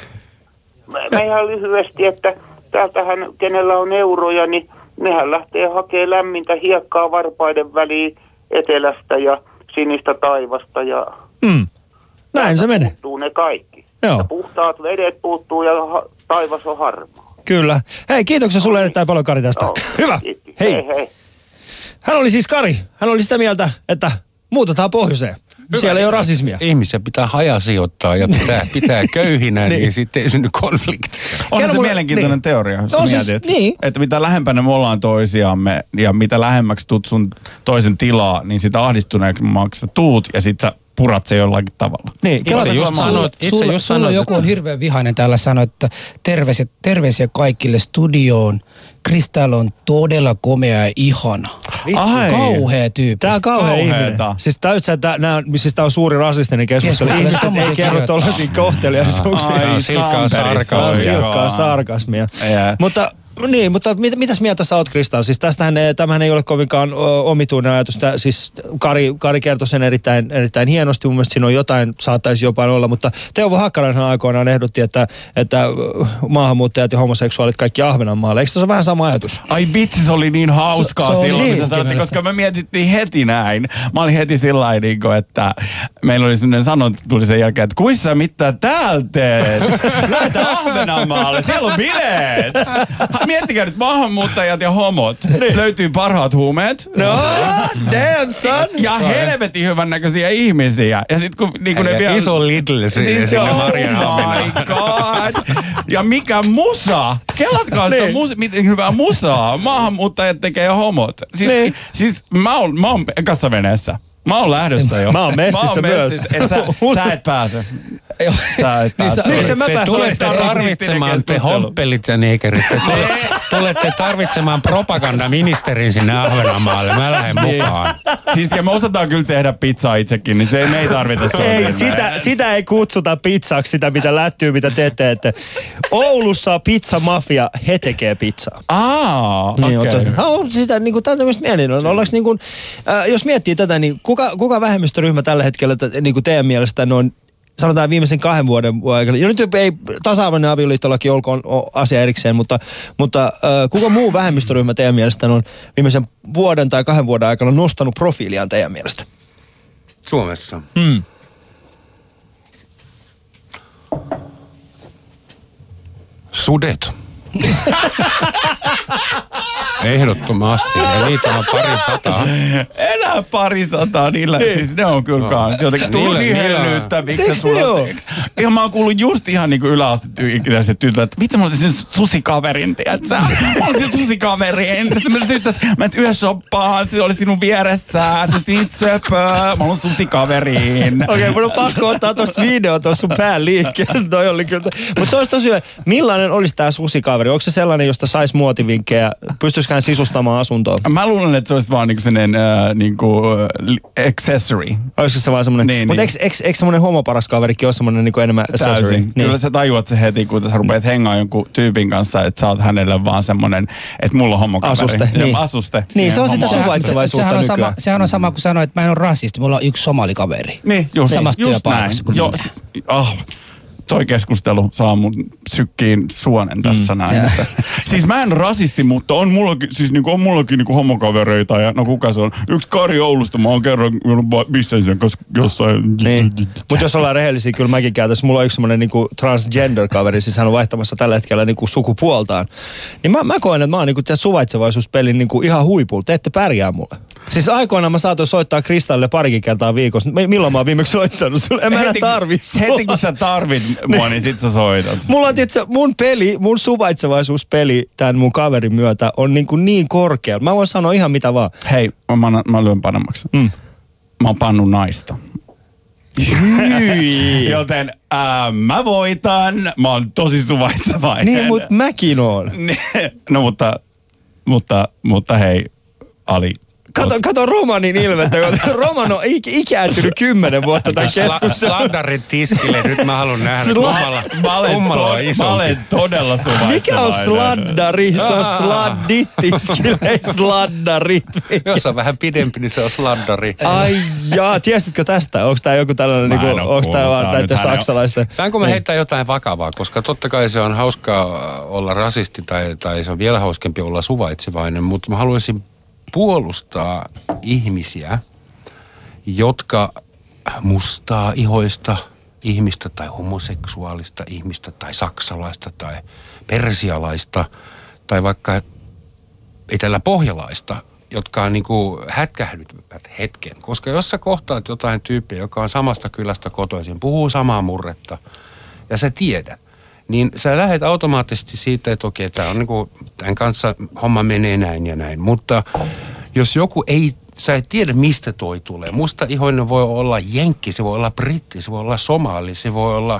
F: Mä ihan lyhyesti, että täältähän, kenellä on euroja, niin nehän lähtee hakemaan lämmintä hiekkaa varpaiden väliin etelästä ja sinistä taivasta ja
A: mm. näin se menee.
F: Puuttuu ne kaikki.
A: Joo.
F: Ja puhtaat vedet puuttuu ja ha- taivas on harmaa.
A: Kyllä. Hei, kiitoksia sulle erittäin paljon, Kari, tästä.
F: Joo.
A: Hyvä.
F: Kiitos.
A: Hei.
F: hei hei.
A: Hän oli siis Kari. Hän oli sitä mieltä, että muutetaan pohjoiseen. Hyvä. Siellä ei ole rasismia.
D: Ihmisiä pitää hajasijoittaa ja pitää, pitää köyhinä, niin. niin sitten ei synny konflikti.
E: On se
A: mulle,
E: mielenkiintoinen
A: niin.
E: teoria, jos
A: no,
E: mietit,
A: siis, niin.
E: että mitä lähempänä me ollaan toisiamme ja mitä lähemmäksi tuut sun toisen tilaa, niin sitä ahdistuneemmaksi tuut ja sit sä purat se jollakin tavalla.
A: Niin,
C: itse just sanoit, itse just sanoit, joku on hirveän vihainen täällä sanoi, että terveisiä, terveisiä kaikille studioon. Kristall on todella komea ja ihana.
A: Ai.
C: Kauhea tyyppi.
A: Tää on kauhea ihminen. Siis täytyy, että nää, siis tää on suuri rasistinen keskustelu. Ihmiset ei kerro tollaisia kohteliaisuuksia.
D: Ai, silkkaa sarkasmia.
A: Silkkaa sarkasmia. Mutta niin, mutta mit, mitäs mieltä sä oot, Kristall? Siis tästähän tämähän ei ole kovinkaan o, omituinen ajatus. Tää, siis Kari, Kari kertoi sen erittäin, erittäin hienosti. Mun mielestä siinä on jotain, saattaisi jopa olla. Mutta Teuvo Hakkarainenhan aikoinaan ehdotti, että, että maahanmuuttajat ja homoseksuaalit kaikki Ahvenanmaalle. Eikö se ole vähän sama ajatus?
E: Ai vitsi, se oli niin hauskaa
C: se, se
E: silloin,
C: niin,
E: kun sä sanoit, koska me mietittiin heti näin. Mä olin heti sillä lailla, että meillä oli sellainen sanonta, tuli sen jälkeen, että kuis sä mitä täällä teet? Lähdetään Ahvenanmaalle, siellä on bileet. Miettikää nyt maahanmuuttajat ja homot. Niin. Löytyy parhaat huumeet.
A: No, damn son.
E: Ja helvetin hyvännäköisiä ihmisiä. Ja sit kun niinku ne vielä...
D: Iso Lidl
E: siis
D: sinne
E: oh
D: Marianhaminaan.
E: my god. Ja mikä musa. Kelatkaa sitä
A: niin.
E: musa, miten hyvää musaa. Maahanmuuttajat tekee ja homot. Siis,
A: niin.
E: siis mä oon, mä oon ekassa veneessä. Mä oon lähdössä jo.
A: Mä oon messissä
E: mä oon
A: myös.
E: Messissä, et sä, sä et pääse. Sä et pääse.
A: Niin, miksi mä
D: Te
A: pääsen?
D: tulette tarvitsemaan, te homppelit ja neekerit, te tulette tarvitsemaan propagandaministerin sinne Ahvenanmaalle. Mä lähden mukaan.
E: Siis ja me osataan kyllä tehdä pizzaa itsekin, niin se ei, me ei tarvita sua.
A: Ei, sitä, sitä ei kutsuta pizzaksi, sitä mitä lättyy, mitä te teette. Oulussa pizzamafia, he tekee pizzaa.
E: Aa,
A: Niin,
E: okei.
A: okay. On sitä, niin kuin, tämä on tämmöistä mielenkiintoista. Ollaanko niin kuin, äh, jos miettii tätä, niin kuka, kuka vähemmistöryhmä tällä hetkellä niin kuin teidän mielestä on, sanotaan viimeisen kahden vuoden aikana. Ja nyt ei tasa-arvoinen avioliittolaki olkoon asia erikseen, mutta, mutta äh, kuka muu vähemmistöryhmä teidän mielestä on viimeisen vuoden tai kahden vuoden aikana nostanut profiiliaan teidän mielestä?
D: Suomessa.
A: Hmm.
D: Sudet. Ehdottomasti. Ja niitä on pari sataa.
E: Enää pari sataa niillä. Niin. Siis ne on kyllä no. kans. Jotenkin tullut niin hellyttäviksi. Ihan mä oon kuullut just ihan niinku yläasteikäiset tytöt, että vitsi mä olisin sen susikaverin, tiedätkö? Mä olisin susikaverin. Sitten mä olisin, mä olisin yhden shoppaan, se oli sinun vieressä, se siis söpö. Mä olen susikaverin.
A: Okei, okay, mun on pakko ottaa tosta video tuossa sun pään liikkeessä. Toi oli kyllä. Mutta se olisi tosi hyvä. Millainen olisi tää susikaveri? Onko se sellainen, josta saisi muotivinkkejä? Pystyisikään sisustamaan asuntoa?
E: Mä luulen, että se olisi vaan niinku sellainen äh, niinku äh, accessory.
A: Olisiko se vaan semmoinen?
E: Niin,
A: Mutta
E: niin.
A: eikö, eikö, eikö semmoinen homoparas kaverikin ole semmoinen niinku enemmän accessory?
E: Täysin.
A: Niin.
E: Kyllä sä tajuat se heti, kun sä rupeat hengaan jonkun tyypin kanssa, että sä oot hänelle vaan semmoinen, että mulla on homokaveri.
A: Asuste.
E: Ja
A: niin.
E: Asuste.
A: Niin, se on
E: homo-
A: sitä suvaitsevaisuutta
C: sehän on,
A: nykyään.
C: sama, sehän on sama kuin sanoa, että mä en ole rasisti, mulla on yksi somalikaveri.
E: Niin, just,
C: Samasta
E: just näin.
C: työpaikassa kuin
E: Jo,
C: minä.
E: s- oh, toi keskustelu saa mun sykkiin suonen tässä mm. näin. Mutta, siis mä en rasisti, mutta on mullakin, siis niinku, on mullakin niinku homokavereita ja no kuka se on? Yksi Kari Oulusta, mä oon kerran missä sen kanssa jossain.
A: Niin. Mutta jos ollaan rehellisiä, kyllä mäkin käytäisin. Mulla on yksi semmoinen niinku transgender-kaveri, siis hän on vaihtamassa tällä hetkellä niinku sukupuoltaan. Niin mä, mä koen, että mä oon niinku suvaitsevaisuuspelin niinku ihan huipulla. Te ette pärjää mulle. Siis aikoinaan mä saatoin soittaa Kristallille parikin kertaa viikossa. Milloin mä oon viimeksi soittanut sulle? En mä enää tarvii sua.
E: Heti kun sä tarvit mua, niin sit sä soitat.
A: Mulla on tietysti, mun peli, mun suvaitsevaisuuspeli tämän mun kaverin myötä on niin, kuin niin korkea. Mä voin sanoa ihan mitä vaan.
E: Hei, mä, mä lyön panemmaksi.
A: Mm.
E: Mä oon pannut naista. Joten ää, mä voitan. Mä oon tosi suvaitsevainen.
A: Niin, mutta mäkin oon.
E: No mutta, mutta, mutta hei, Ali.
A: Kato, kato Romanin ilmettä, kun Roman on ik- ikääntynyt kymmenen vuotta tämän keskustelun.
D: Sladdarin tiskille, nyt mä haluan nähdä,
A: Sla-
D: kummalla,
E: Mä olen,
D: kummalla on
E: to-
D: isompi.
E: mä olen todella suvaitsevainen.
A: Mikä on sladdari? Se on sladdit tiskille, ei sladdarit.
D: Jos on vähän pidempi, niin se on sladdari.
A: Ai jaa, tiesitkö tästä? Onko tää joku tällainen,
E: Mä en
A: niinku,
E: oo
A: onko tää
E: kuullut.
A: vaan
E: Tää
A: näitä
E: nyt hän on-
A: saksalaisten?
D: Saanko mä heittää jotain vakavaa, koska totta kai se on hauskaa olla rasisti tai, tai se on vielä hauskempi olla suvaitsevainen, mutta mä haluaisin puolustaa ihmisiä, jotka mustaa ihoista ihmistä tai homoseksuaalista ihmistä tai saksalaista tai persialaista tai vaikka eteläpohjalaista, jotka on niin kuin hätkähdyttävät hetken. Koska jos sä kohtaat jotain tyyppiä, joka on samasta kylästä kotoisin, puhuu samaa murretta ja sä tiedät, niin sä lähdet automaattisesti siitä, että okei, tää on niin kuin, tämän kanssa homma menee näin ja näin. Mutta jos joku ei, sä et tiedä mistä toi tulee. Musta ihoinen voi olla jenkki, se voi olla britti, se voi olla somali, se voi olla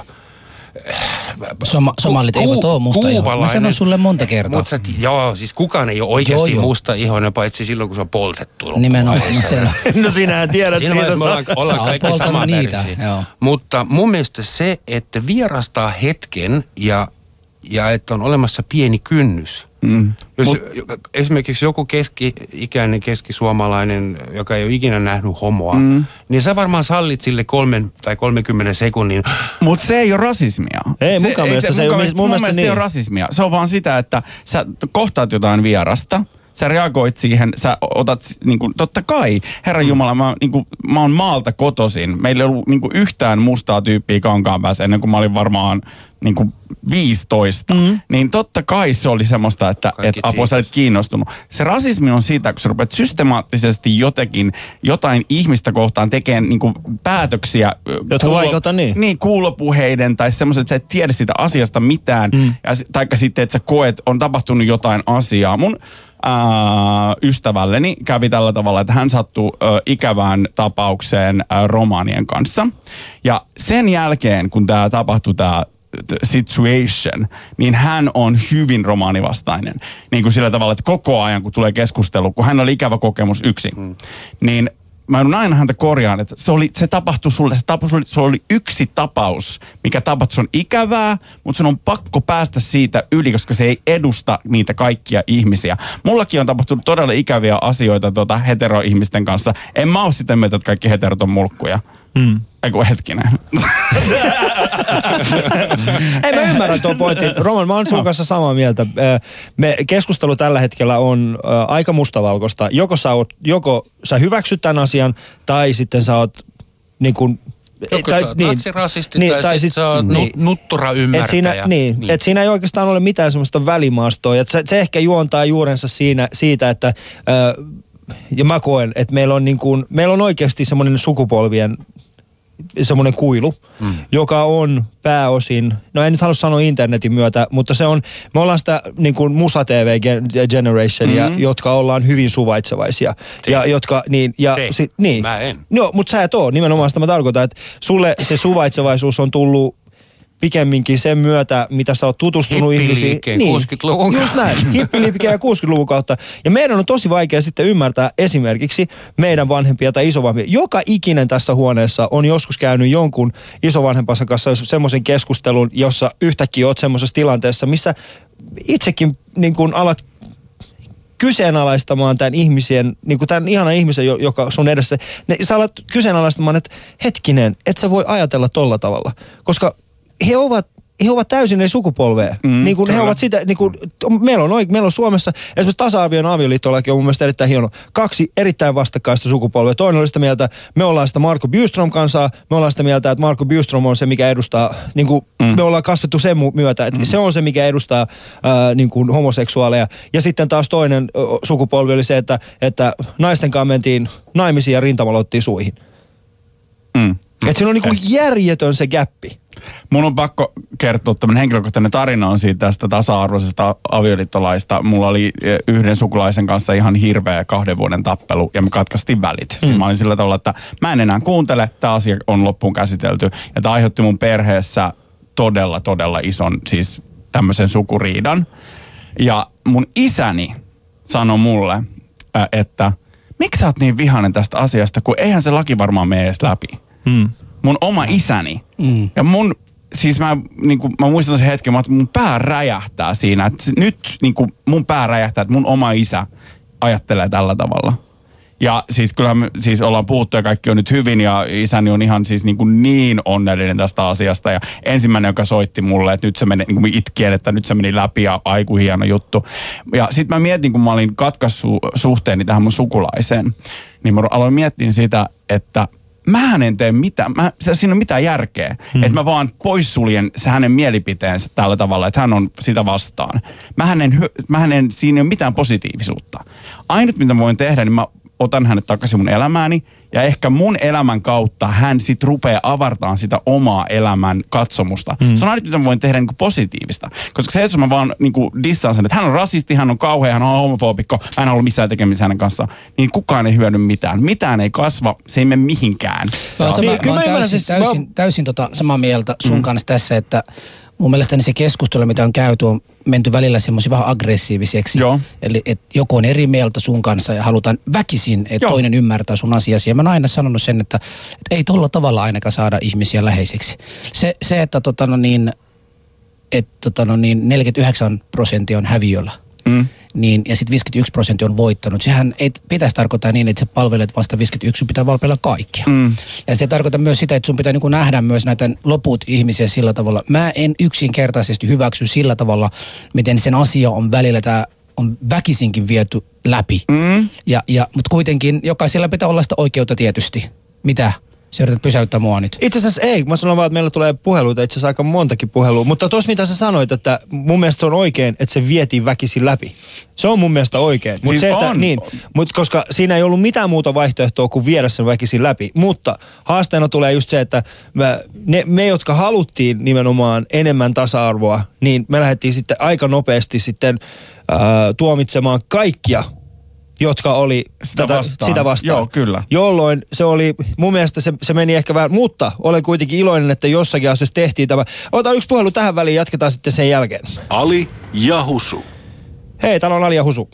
C: Soma, somalit eivät ole musta iho. Mä sanon sulle monta kertaa.
D: Mut sä, joo, siis kukaan ei ole oikeasti
C: Joo, joo.
D: musta ihoinen, paitsi silloin, kun se on poltettu.
C: Nimenomaan. No se on.
A: No sinähän tiedät
D: Siinä
A: siitä.
D: vaiheessa me ollaan,
A: Sa-
D: ollaan
C: Sä oot
D: kaikki
C: poltanut
D: samaa
C: niitä,
D: värisiä.
C: joo.
D: Mutta mun mielestä se, että vierastaa hetken ja, ja että on olemassa pieni kynnys. Mm. Jos Mut, esimerkiksi joku keski-ikäinen keskisuomalainen, joka ei ole ikinä nähnyt homoa, mm. niin sä varmaan sallit sille kolmen tai kolmenkymmenen sekunnin.
E: Mutta se ei ole rasismia.
A: Ei,
E: se,
A: mukaan mielestä se ei
E: mukaan
A: ole-
E: mielestä-
A: mun
E: mun
A: mielestä
E: mielestä ei
A: niin.
E: ole rasismia. Se on vaan sitä, että sä kohtaat jotain vierasta, sä reagoit siihen, sä otat, niin kuin, totta kai, Herran Jumala, mä, niin kuin, mä oon maalta kotoisin. Meillä ei ollut niin kuin, yhtään mustaa tyyppiä Kankaan päässä ennen kuin mä olin varmaan niin kuin viisitoista. Mm-hmm. Niin totta kai se oli semmoista, että et, apua sä olet kiinnostunut. Se rasismi on siitä, kun sä rupeat systemaattisesti jotenkin, jotain ihmistä kohtaan tekemään niin kuin päätöksiä.
A: Jotka vaikuttaa niin.
E: Niin, kuulopuheiden tai semmoiset, että et tiedä siitä asiasta mitään. Mm. Ja, taikka sitten, että sä koet, on tapahtunut jotain asiaa. Mun Ää, ystävälleni kävi tällä tavalla, että hän sattui ä, ikävään tapaukseen ä, romanien kanssa. Ja sen jälkeen, kun tämä tapahtui, tämä situation, niin hän on hyvin romaanivastainen. Niin kuin sillä tavalla, että koko ajan, kun tulee keskustelu, kun hän oli ikävä kokemus yksin, mm. niin mä joudun aina häntä korjaan, että se, oli, se tapahtui sulle, se, tapahtui, se oli yksi tapaus, mikä tapahtui, se on ikävää, mutta sun on pakko päästä siitä yli, koska se ei edusta niitä kaikkia ihmisiä. Mullakin on tapahtunut todella ikäviä asioita tuota, heteroihmisten kanssa. En mä ole sitä mieltä, että kaikki heterot on mulkkuja. Hmm. Eiku hetkinen.
A: Ei mä ymmärrän tuon pointin. Roman, mä oon sun kanssa samaa mieltä. Me keskustelu tällä hetkellä on aika mustavalkoista. Joko sä, oot, joko sä hyväksyt tämän asian, tai sitten sä oot niin kuin...
D: Joko
A: tai,
D: sä oot
A: niin,
D: natsirasisti
A: niin,
D: tai, tai sit sä oot
A: niin,
D: nuttura ymmärtäjä.
A: Et siinä, niin, niin. Et siinä ei oikeastaan ole mitään semmoista välimaastoa. Et se, se ehkä juontaa juurensa siinä, siitä, että... Ö, ja mä koen, että meillä on, niin kuin, meillä on oikeasti semmoinen sukupolvien semmoinen kuilu, mm. joka on pääosin, no en nyt halua sanoa internetin myötä, mutta se on, me ollaan sitä niin kuin Musa-T V-generationia, mm. jotka ollaan hyvin suvaitsevaisia. Te. Ja jotka, niin, ja si, niin.
D: Mä en.
A: No, mutta sä et oo, nimenomaan sitä mä tarkoitan, että sulle se suvaitsevaisuus on tullut pikemminkin sen myötä, mitä sä oot tutustunut ihmisiin.
D: Hippiliikkeen niin, kuusikymmentäluvun
A: just näin, hippiliikkeen ja kuusikymmentäluvun kautta. Ja meidän on tosi vaikea sitten ymmärtää esimerkiksi meidän vanhempia tai isovanhempia. Joka ikinen tässä huoneessa on joskus käynyt jonkun isovanhempansa kanssa semmoisen keskustelun, jossa yhtäkkiä oot semmoisessa tilanteessa, missä itsekin niin kun alat kyseenalaistamaan tämän ihmisen, niin kuin tämän ihanan ihmisen, joka sun edessä, ne, sä alat kyseenalaistamaan, että hetkinen, et sä voi ajatella tolla tavalla, koska he ovat, he ovat täysin ne sukupolvea. Mm, niin kuin he ovat sitä, niin kuin, meillä on, meillä on Suomessa, esimerkiksi tasa-arvion avioliittolaki on mun mielestä erittäin hieno. Kaksi erittäin vastakkaista sukupolvea. Toinen oli sitä mieltä, me ollaan sitä Marco Bjurström-kansaa, me ollaan sitä mieltä, että Marco Bjurström on se, mikä edustaa, niin kuin mm. me ollaan kasvettu sen myötä, että mm. se on se, mikä edustaa ää, niin kuin homoseksuaaleja. Ja sitten taas toinen sukupolvi oli se, että, että naisten kanssa mentiin naimisiin ja rintamalla ottiin suihin. Mm. Että siinä on niin kuin järjetön se gäppi.
E: mun on pakko kertoa tämmöinen henkilökohtainen tarina on siitä tästä tasa-arvoisesta avioliittolaista. Mulla oli yhden sukulaisen kanssa ihan hirveä kahden vuoden tappelu ja me katkaistiin välit. Mm. Siis mä olin sillä tavalla, että mä en enää kuuntele, tämä asia on loppuun käsitelty. Ja tämä aiheutti mun perheessä todella, todella ison siis tämmöisen sukuriidan. Ja mun isäni sanoi mulle, että miksi sä oot niin vihainen tästä asiasta, kun eihän se laki varmaan mene edes läpi. Mm. Mun oma isäni. Mm. Ja mun, siis mä, niin kuin, mä muistan sen hetken, että mun pää räjähtää siinä. Että nyt niin kuin, mun pää räjähtää, että mun oma isä ajattelee tällä tavalla. Ja siis kyllähän me siis ollaan puhuttu ja kaikki on nyt hyvin ja isäni on ihan siis niin, kuin niin onnellinen tästä asiasta. Ja ensimmäinen, joka soitti mulle, että nyt se meni, niin kuin itkien, että nyt se meni läpi ja aiku hieno juttu. Ja sit mä mietin, kun mä olin katkaissut suhteeni tähän mun sukulaiseen, niin mä aloin miettiä sitä, että mähän en tee mitään, mä, siinä on mitään järkeä. Hmm. Että mä vaan poissuljen se hänen mielipiteensä tällä tavalla, että hän on sitä vastaan. Mähän en, mähän en, siinä ei ole mitään positiivisuutta. Ainut, mitä mä voin tehdä, niin mä otan hänet takaisin mun elämääni ja ehkä mun elämän kautta hän sit rupeaa avartaan sitä omaa elämän katsomusta. Mm. Se on aina, mitä mä voin tehdä niin kuin positiivista. Koska se, että mä vaan niin kuin dissaan sen, että hän on rasisti, hän on kauhea, hän on homofobikko, hän on ollut missään tekemisissä hänen kanssaan, niin kukaan ei hyödy mitään. Mitään ei kasva, se ei mene mihinkään.
C: Mä, sama, mä, mä oon täysin, siis, täysin, mä... täysin tota samaa mieltä sun mm. kanssa tässä, että mun mielestäni se keskustelu, mitä on käyty, on menty välillä semmoisia vähän aggressiiviseksi. Joo. Eli että joku on eri mieltä sun kanssa ja halutaan väkisin, että toinen ymmärtää sun asiasi. Ja mä oon aina sanonut sen, että, että ei tolla tavalla ainakaan saada ihmisiä läheiseksi. Se, se että tota no niin, et, tota no niin, neljäkymmentäyhdeksän prosenttia on häviöllä. Mm. Niin, ja sitten viisikymmentäyksi prosenttia on voittanut. Sehän ei pitäisi tarkoittaa niin, että sä palvelet vasta viisikymmentäyksi, sun pitää palvella kaikkia. Mm. Ja se tarkoittaa myös sitä, että sun pitää niin kuin nähdä myös näitä loput ihmisiä sillä tavalla. Mä en yksinkertaisesti hyväksy sillä tavalla, miten sen asia on välillä tää on väkisinkin viety läpi. Mm. Ja, ja, mutta kuitenkin jokaisella pitää olla sitä oikeutta tietysti. Mitä? Sä yrität pysäyttää mua nyt.
A: Itse asiassa ei. Mä sanon vaan, että meillä tulee puheluita, itse asiassa aika montakin puhelua. Mutta tuossa mitä sä sanoit, että mun mielestä se on oikein, että se vietiin väkisin läpi. Se on mun mielestä oikein. Mut
E: siis
A: se, että,
E: on.
A: Niin, mut koska siinä ei ollut mitään muuta vaihtoehtoa kuin viedä sen väkisin läpi. Mutta haasteena tulee just se, että me, ne, me jotka haluttiin nimenomaan enemmän tasa-arvoa, niin me lähdettiin sitten aika nopeasti sitten äh, tuomitsemaan kaikkia, jotka oli
E: sitä,
A: tätä,
E: vastaan.
A: sitä vastaan.
E: Joo, kyllä.
A: Jolloin se oli, mun mielestä se, se meni ehkä vähän, mutta olen kuitenkin iloinen, että jossakin asiassa tehtiin tämä. Otan yksi puhelu tähän väliin, jatketaan sitten sen jälkeen.
B: Ali ja Husu.
A: Hei, täällä on Ali ja Husu.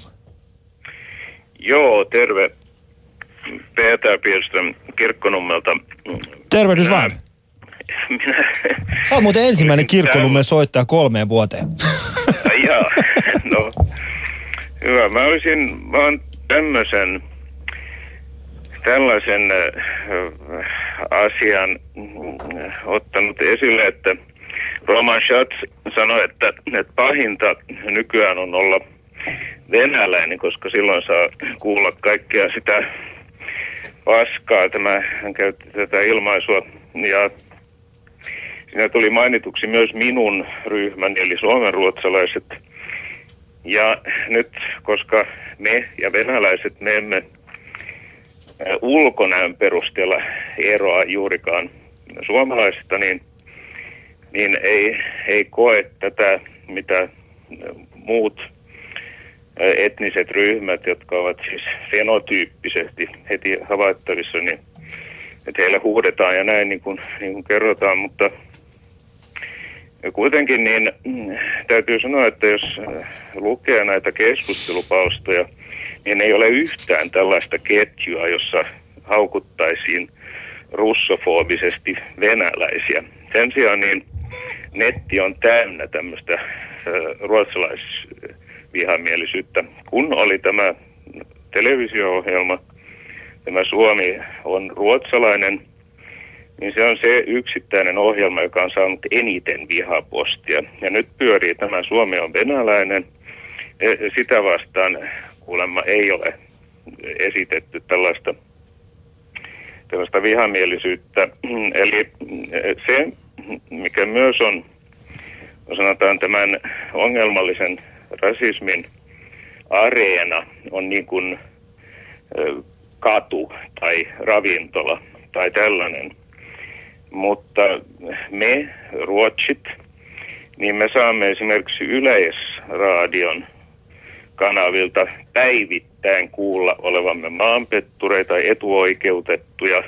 G: Joo, terve. Peter Pielström Kirkkonummelta.
A: Tervehdys minä, vaan.
G: Minä...
A: Sä oot muuten ensimmäinen Kirkkonummen soittaja kolmeen vuoteen.
G: Jaa, no hyvä. Mä olisin vaan tämmöisen, tällaisen äh, asian äh, ottanut esille, että Roman Schatz sanoi, että, että pahinta nykyään on olla venäläinen, koska silloin saa kuulla kaikkea sitä paskaa. Tämä, hän käytti tätä ilmaisua ja siinä tuli mainituksi myös minun ryhmäni, eli suomenruotsalaiset. Ja nyt, koska me ja venäläiset me emme ulkonäön perusteella eroa juurikaan suomalaisista, niin, niin ei, ei koe tätä, mitä muut etniset ryhmät, jotka ovat siis fenotyyppisesti heti havaittavissa, niin että heillä huudetaan ja näin niin kuin, niin kuin kerrotaan, mutta kuitenkin niin täytyy sanoa, että jos lukee näitä keskustelupalstoja, niin ei ole yhtään tällaista ketjua, jossa haukuttaisiin russofobisesti venäläisiä. Sen sijaan niin netti on täynnä tämmöistä ruotsalaisvihamielisyyttä. Kun oli tämä televisio-ohjelma, tämä Suomi on ruotsalainen, niin se on se yksittäinen ohjelma, joka on saanut eniten vihapostia. Ja nyt pyörii tämä Suomi on venäläinen. Sitä vastaan kuulemma ei ole esitetty tällaista, tällaista vihamielisyyttä. Eli se, mikä myös on, sanotaan tämän ongelmallisen rasismin areena, on niin kuin katu tai ravintola tai tällainen. mutta me ruotsit, niin me saamme esimerkiksi Yleisradion kanavilta päivittäin kuulla olevamme maanpettureita tai etuoikeutettuja.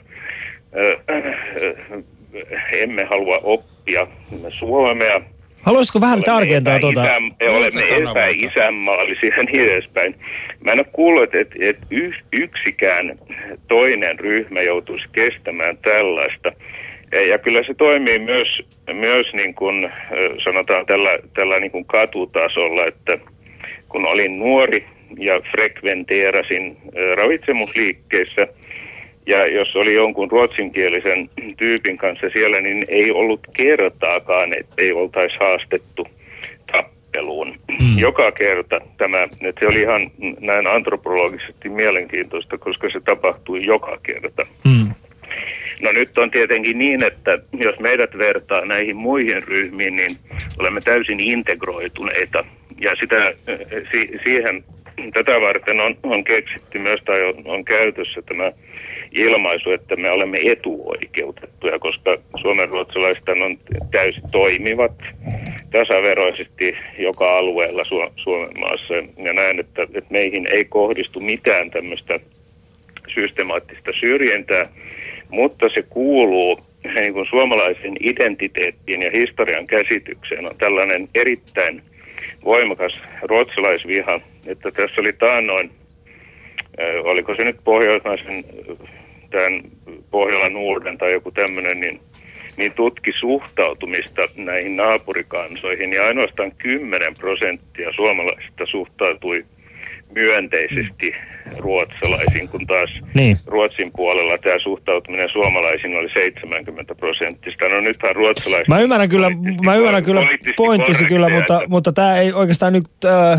G: Emme halua oppia suomea.
A: Haluaisitko vähän tarkentaa tuota?
G: Me olemme epäisänmaallisia ja niin edespäin. Mä en ole kuullut, että, että yksikään toinen ryhmä joutuisi kestämään tällaista. Ja kyllä se toimii myös, myös niin kuin sanotaan tällä, tällä niin kuin katutasolla, että kun olin nuori ja frekventeerasin ravitsemusliikkeissä, ja jos oli jonkun ruotsinkielisen tyypin kanssa siellä, niin ei ollut kertaakaan, että ei oltaisi haastettu tappeluun. Mm. Joka kerta tämä, että se oli ihan näin antropologisesti mielenkiintoista, koska se tapahtui joka kerta. Mm. No nyt on tietenkin niin, että jos meidät vertaa näihin muihin ryhmiin, niin olemme täysin integroituneita. Ja sitä, si, siihen, tätä varten on, on keksitty myös tai on, on käytössä tämä ilmaisu, että me olemme etuoikeutettuja, koska suomenruotsalaiset on täysin toimivat tasaveroisesti joka alueella Su- Suomen maassa. Ja näen, että, että meihin ei kohdistu mitään tämmöistä systemaattista syrjintää, mutta se kuuluu niin kuin suomalaisen identiteettiin ja historian käsitykseen. On tällainen erittäin voimakas ruotsalaisviha, että tässä oli taannoin, äh, oliko se nyt pohjoismaisen, tämän Pohjolan Uuden tai joku tämmöinen, niin, niin tutki suhtautumista näihin naapurikansoihin ja ainoastaan kymmenen prosenttia suomalaisista suhtautui myönteisesti ruotsalaisiin, kun taas niin. Ruotsin puolella tämä suhtautuminen suomalaisiin oli seitsemänkymmentä prosenttista. No nythän ruotsalaiset...
A: Mä ymmärrän kyllä, mä ymmärrän kyllä pointtisi kyllä, mutta, mutta tämä ei oikeastaan nyt... Äh,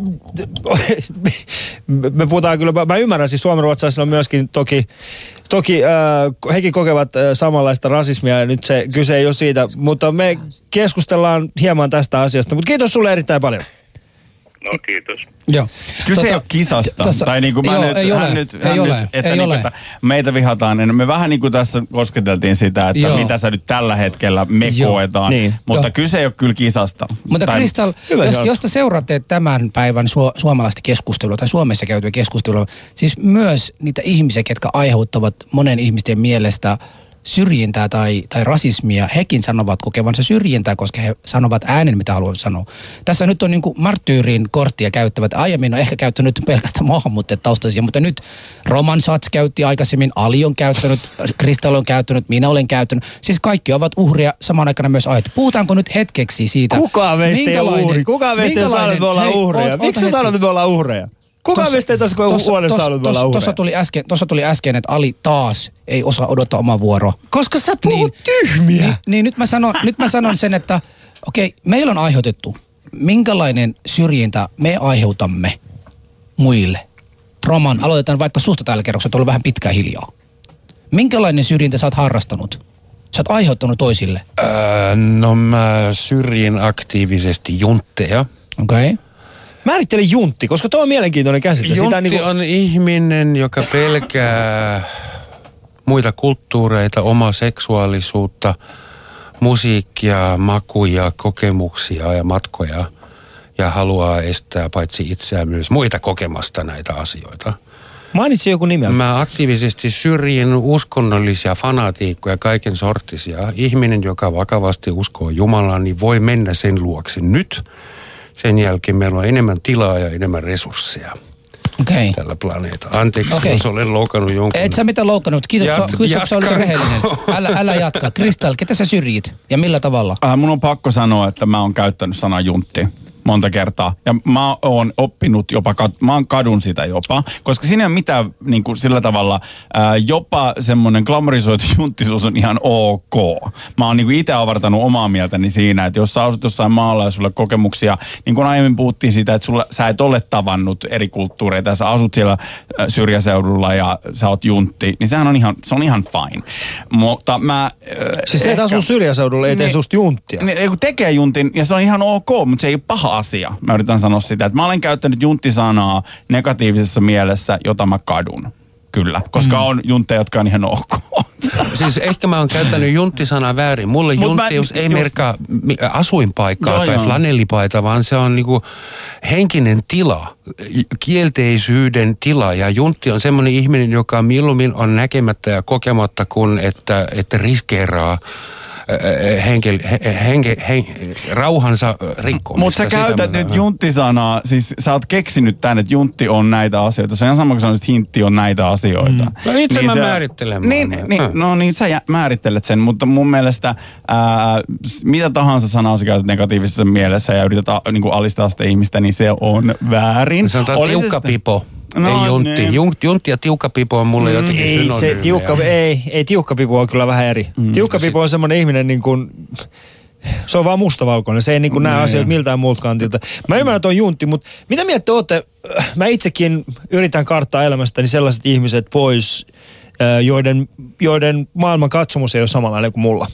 A: me puhutaan kyllä, mä ymmärrän siis suomenruotsalaisilla on myöskin toki, toki äh, hekin kokevat äh, samanlaista rasismia ja nyt se kyse ei ole siitä, mutta me keskustellaan hieman tästä asiasta. Mutta kiitos sulle erittäin paljon.
G: No kiitos.
C: Joo.
E: Kyse
C: tota,
E: ei ole kisasta.
C: Tossa,
E: tai niin kuin mä
C: joo,
E: nyt,
C: ei
E: hän
C: ole,
E: nyt,
C: ei
E: hän
C: ole,
E: nyt, että,
C: ei
E: niin
C: ole.
E: että meitä vihataan. Niin me vähän niin kuin tässä kosketeltiin sitä, että joo. mitä sä nyt tällä hetkellä me joo. koetaan. Niin. Mutta joo. kyse ei ole kyllä kisasta.
C: Mutta Kristal, jos, jos te seuraatte tämän päivän su- suomalaista keskustelua tai Suomessa käytyä keskustelua, siis myös niitä ihmisiä, ketkä aiheuttavat monen ihmisten mielestä syrjintää tai, tai rasismia, hekin sanovat kokevansa syrjintää, koska he sanovat äänen, mitä haluavat sanoa. Tässä nyt on niin kuin marttyyrin korttia käyttävät. Aiemmin on ehkä käyttänyt pelkästään maahanmuuttajataustaisia, mutta nyt Roman Schatz käytti aikaisemmin, Ali on käyttänyt, Kristal on käyttänyt, minä olen käyttänyt. Siis kaikki ovat uhria saman aikana myös aiheuttu. Puhutaanko nyt hetkeksi siitä?
A: Kuka meistä ei ole uhri? Kuka meistä ei sanonut, että me ollaan uhreja? Miksi sä sanot, että me ollaan uhreja? Kuka meistä ei tässä huoneessa ollut me ollaan uhreja? Tuossa
C: tuli äsken, tuossa tuli äsken, että Ali taas ei osaa odottaa omaa vuoroa.
A: Koska sä puhut
C: niin,
A: tyhmiä.
C: Niin, niin nyt, mä sanon, nyt mä sanon sen, että okei, okay, meillä on aiheutettu. Minkälainen syrjintä me aiheutamme muille? Roman, aloitetaan vaikka susta tällä kerroksella, että on vähän pitkään hiljaa. Minkälainen syrjintä sä oot harrastanut? Sä oot aiheuttanut toisille?
D: Öö, no mä syrjin aktiivisesti juntteja.
C: Okei. Okay.
A: Määrittele juntti, koska tuo on mielenkiintoinen käsite.
D: Juntti
A: Sitä
D: niin kuin... on ihminen, joka pelkää muita kulttuureita, omaa seksuaalisuutta, musiikkia, makuja, kokemuksia ja matkoja ja haluaa estää paitsi itseään myös muita kokemasta näitä asioita.
A: Mainitsi joku nimeltä.
D: Mä aktiivisesti syrjin uskonnollisia fanatiikkoja, kaiken sorttisia. Ihminen, joka vakavasti uskoo Jumalaan, niin voi mennä sen luokse nyt. Sen jälkeen meillä on enemmän tilaa ja enemmän resursseja
C: okay.
D: tällä planeetalla. Anteeksi,
C: okay.
D: jos olen loukannut jonkun.
C: Et sä mitään loukannut. Kiitos, ja, kiitos sä olit rehellinen. Älä, älä jatka. Kristal, ketä sä syrjit ja millä tavalla?
E: Äh, mun on pakko sanoa, että mä oon käyttänyt sanaa juntti monta kertaa. Ja mä oon oppinut jopa, mä oon kadun sitä jopa, koska siinä ei ole mitään niin kuin sillä tavalla, ää, jopa semmoinen glamorisoitu junttisuus on ihan ok. Mä oon niin kuin itse avartanut omaa mieltäni siinä, että jos sä asut jossain maalla ja sulle kokemuksia, niin kuin aiemmin puhuttiin siitä, että sulla, sä et ole tavannut eri kulttuureita ja sä asut siellä syrjäseudulla ja sä oot juntti, niin sehän on ihan, se on ihan fine. Mutta mä...
A: Siis se, että asuu syrjäseudulla, ei tee susta junttia.
E: Niin, kun tekee juntin, ja se on ihan ok, mutta se ei ole paha asia. Mä yritän sanoa sitä, että mä olen käyttänyt junttisanaa negatiivisessa mielessä, jota mä kadun. kyllä, koska on juntteja, jotka on ihan ok.
D: Siis ehkä mä oon käyttänyt junttisanaa väärin. Mulle
E: Mut
D: junttius
E: mä-
D: ei
E: just-
D: merkkaa mi- asuinpaikkaa
E: Joo,
D: tai
E: joo.
D: flanellipaita, vaan se on niinku henkinen tila, kielteisyyden tila. Ja juntti on semmoinen ihminen, joka mieluummin on näkemättä ja kokematta kuin että, että riskeeraa henke, henke, henke, rauhansa rikkomista.
E: Mutta sä
D: Sitä
E: käytät
D: mä-
E: nyt junttisanaa, siis sä oot keksinyt tän, että juntti on näitä asioita. Se on ihan sama kuin sanoisit, että hintti on näitä asioita.
D: No itse mä
E: se-
D: määrittelen
E: Niin,
D: maailmaa.
E: niin,
D: Äh.
E: no niin, sä jä- määrittelet sen, mutta mun mielestä ää, s- mitä tahansa sanaa sä käytät negatiivisessa mielessä ja yrität a, niin kuin alistaa sitä ihmistä, niin se on väärin.
D: Sanotaan
E: Oli se
D: tiukka
E: sitten-
D: pipo,
E: No
D: ei juntti.
E: niin.
D: Jun- Juntti ja tiukka pipo on mulle jotenkin
A: Ei, se
D: synonyymejä.
A: tiukka, ei, ei tiukkapipo on kyllä vähän eri. Mm. Tiukkapipo on semmoinen ihminen niin kuin, se on vaan mustavalkoinen. Se ei niin kuin näe
E: Mm.
A: asioita miltään muulta kantilta. Mä ymmärrän tuon juntti, mutta mitä mieltä te ootte? Mä itsekin yritän karttaa elämästäni sellaiset ihmiset pois, äh, joiden, joiden maailman katsomus ei ole samanlainen kuin mulla.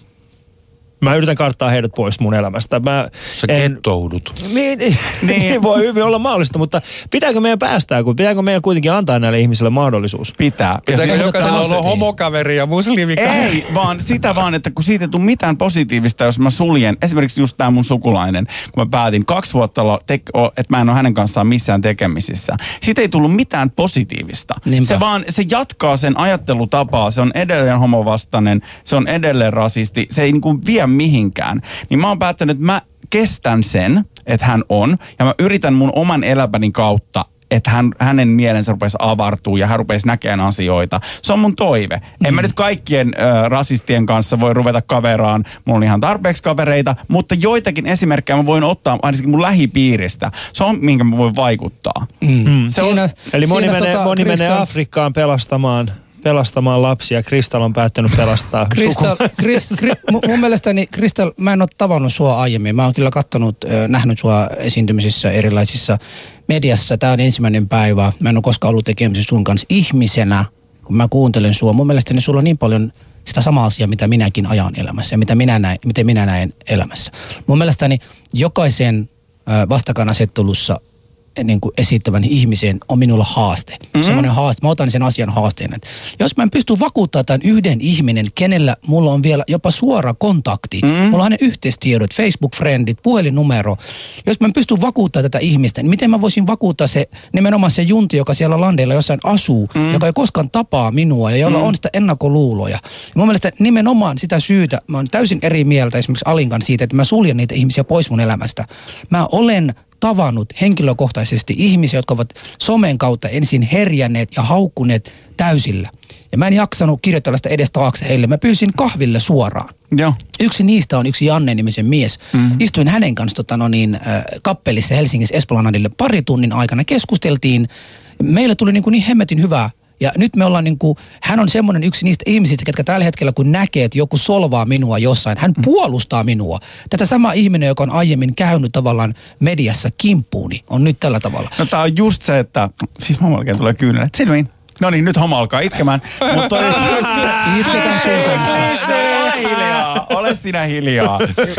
A: Mä yritän karttaa heidät pois mun elämästä. Mä
D: Sä
A: en,
D: kettoudut.
A: niin, niin, niin voi hyvin olla mahdollista, mutta pitääkö meidän päästää, kun pitääkö meidän kuitenkin antaa näille ihmisille mahdollisuus?
E: Pitää.
D: Pitääkö
E: Ja se-
D: jokaisella olla homokaveri ja muslimikaveri?
E: Ei, vaan sitä vaan, että kun siitä ei tule mitään positiivista, jos mä suljen, esimerkiksi just tää mun sukulainen, kun mä päätin kaksi vuotta olla, tek- o- että mä en ole hänen kanssaan missään tekemisissä. Siitä ei tullut mitään positiivista.
C: Niinpä.
E: Se vaan, se jatkaa sen ajattelutapaa, se on edelleen homovastainen, se on edelleen rasisti, se ei niinku vie mihinkään. Niin mä oon päättänyt, että mä kestän sen, että hän on, ja mä yritän mun oman elämäni kautta että hän, hänen mielensä rupesi avartua ja hän rupesi näkemään asioita. Se on mun toive. Mm. En mä nyt kaikkien ö, rasistien kanssa voi ruveta kaveraan. Mulla on ihan tarpeeksi kavereita, mutta joitakin esimerkkejä mä voin ottaa ainakin mun lähipiiristä. Se on, minkä mä voin vaikuttaa.
C: Mm.
E: Se on-
C: Siinä,
A: Eli moni,
C: siinä
A: menee,
C: tota,
A: moni menee
C: Kristal-
A: Afrikkaan pelastamaan, pelastamaan lapsia. Kristal on päättänyt pelastaa
C: Kristal,
A: suku.
C: Krist, kri, mun, mun mielestäni, Kristal, mä en ole tavannut sua aiemmin. Mä oon kyllä kattonut, äh, nähnyt sua esiintymisissä erilaisissa mediassa. Tää on ensimmäinen päivä. Mä en ole koskaan ollut tekemisissä sun kanssa ihmisenä. Kun mä kuuntelen sua, mun mielestäni sulla on niin paljon sitä samaa asiaa, mitä minäkin ajan elämässä ja mitä minä näen, miten minä näen elämässä. Mun mielestäni jokaisen äh, vastakkainasettelussa niin kuin esittävän ihmisen on minulla haaste. Mm-hmm. Semmoinen haaste. Mä otan sen asian haasteena. Jos mä en pysty vakuuttamaan tämän yhden ihminen, kenellä mulla on vielä jopa suora kontakti. Mm-hmm. Mulla on hänen yhteistiedot, Facebook-frendit, puhelinnumero. Jos mä en pysty vakuuttamaan tätä ihmistä, niin miten mä voisin vakuuttaa se nimenomaan se junti, joka siellä landeilla jossain asuu, mm-hmm. joka ei koskaan tapaa minua ja jolla mm-hmm. on sitä ennakkoluuloja. Ja mun mielestä nimenomaan sitä syytä, mä oon täysin eri mieltä esimerkiksi Alinkan siitä, että mä suljen niitä ihmisiä pois mun elämästä. Mä olen tavannut henkilökohtaisesti ihmisiä, jotka ovat somen kautta ensin herjänneet ja haukkuneet täysillä. Ja mä en jaksanut kirjoitella sitä edes taakse heille. Mä pyysin kahville suoraan.
E: Joo.
C: Yksi niistä on yksi Janne-nimisen mies. Mm-hmm. Istuin hänen kanssa tota, no niin, äh, kappelissa Helsingissä Esplanadille pari tunnin aikana. Keskusteltiin. Meille tuli niin, kuin niin hemmetin hyvää. Ja nyt me ollaan niin kuin, hän on semmoinen yksi niistä ihmisistä, jotka tällä hetkellä kun näkee, että joku solvaa minua jossain, hän puolustaa minua. Tätä sama ihminen, joka on aiemmin käynyt tavallaan mediassa kimppuuni, on nyt tällä tavalla.
E: No tää on just se, että siis mun melkein tulee kyynelet. Silmiin. No niin, nyt homma alkaa itkemään. Mutta toi just se.
C: Itketään sun kanssa.
E: Ole hiljaa, ole sinä hiljaa.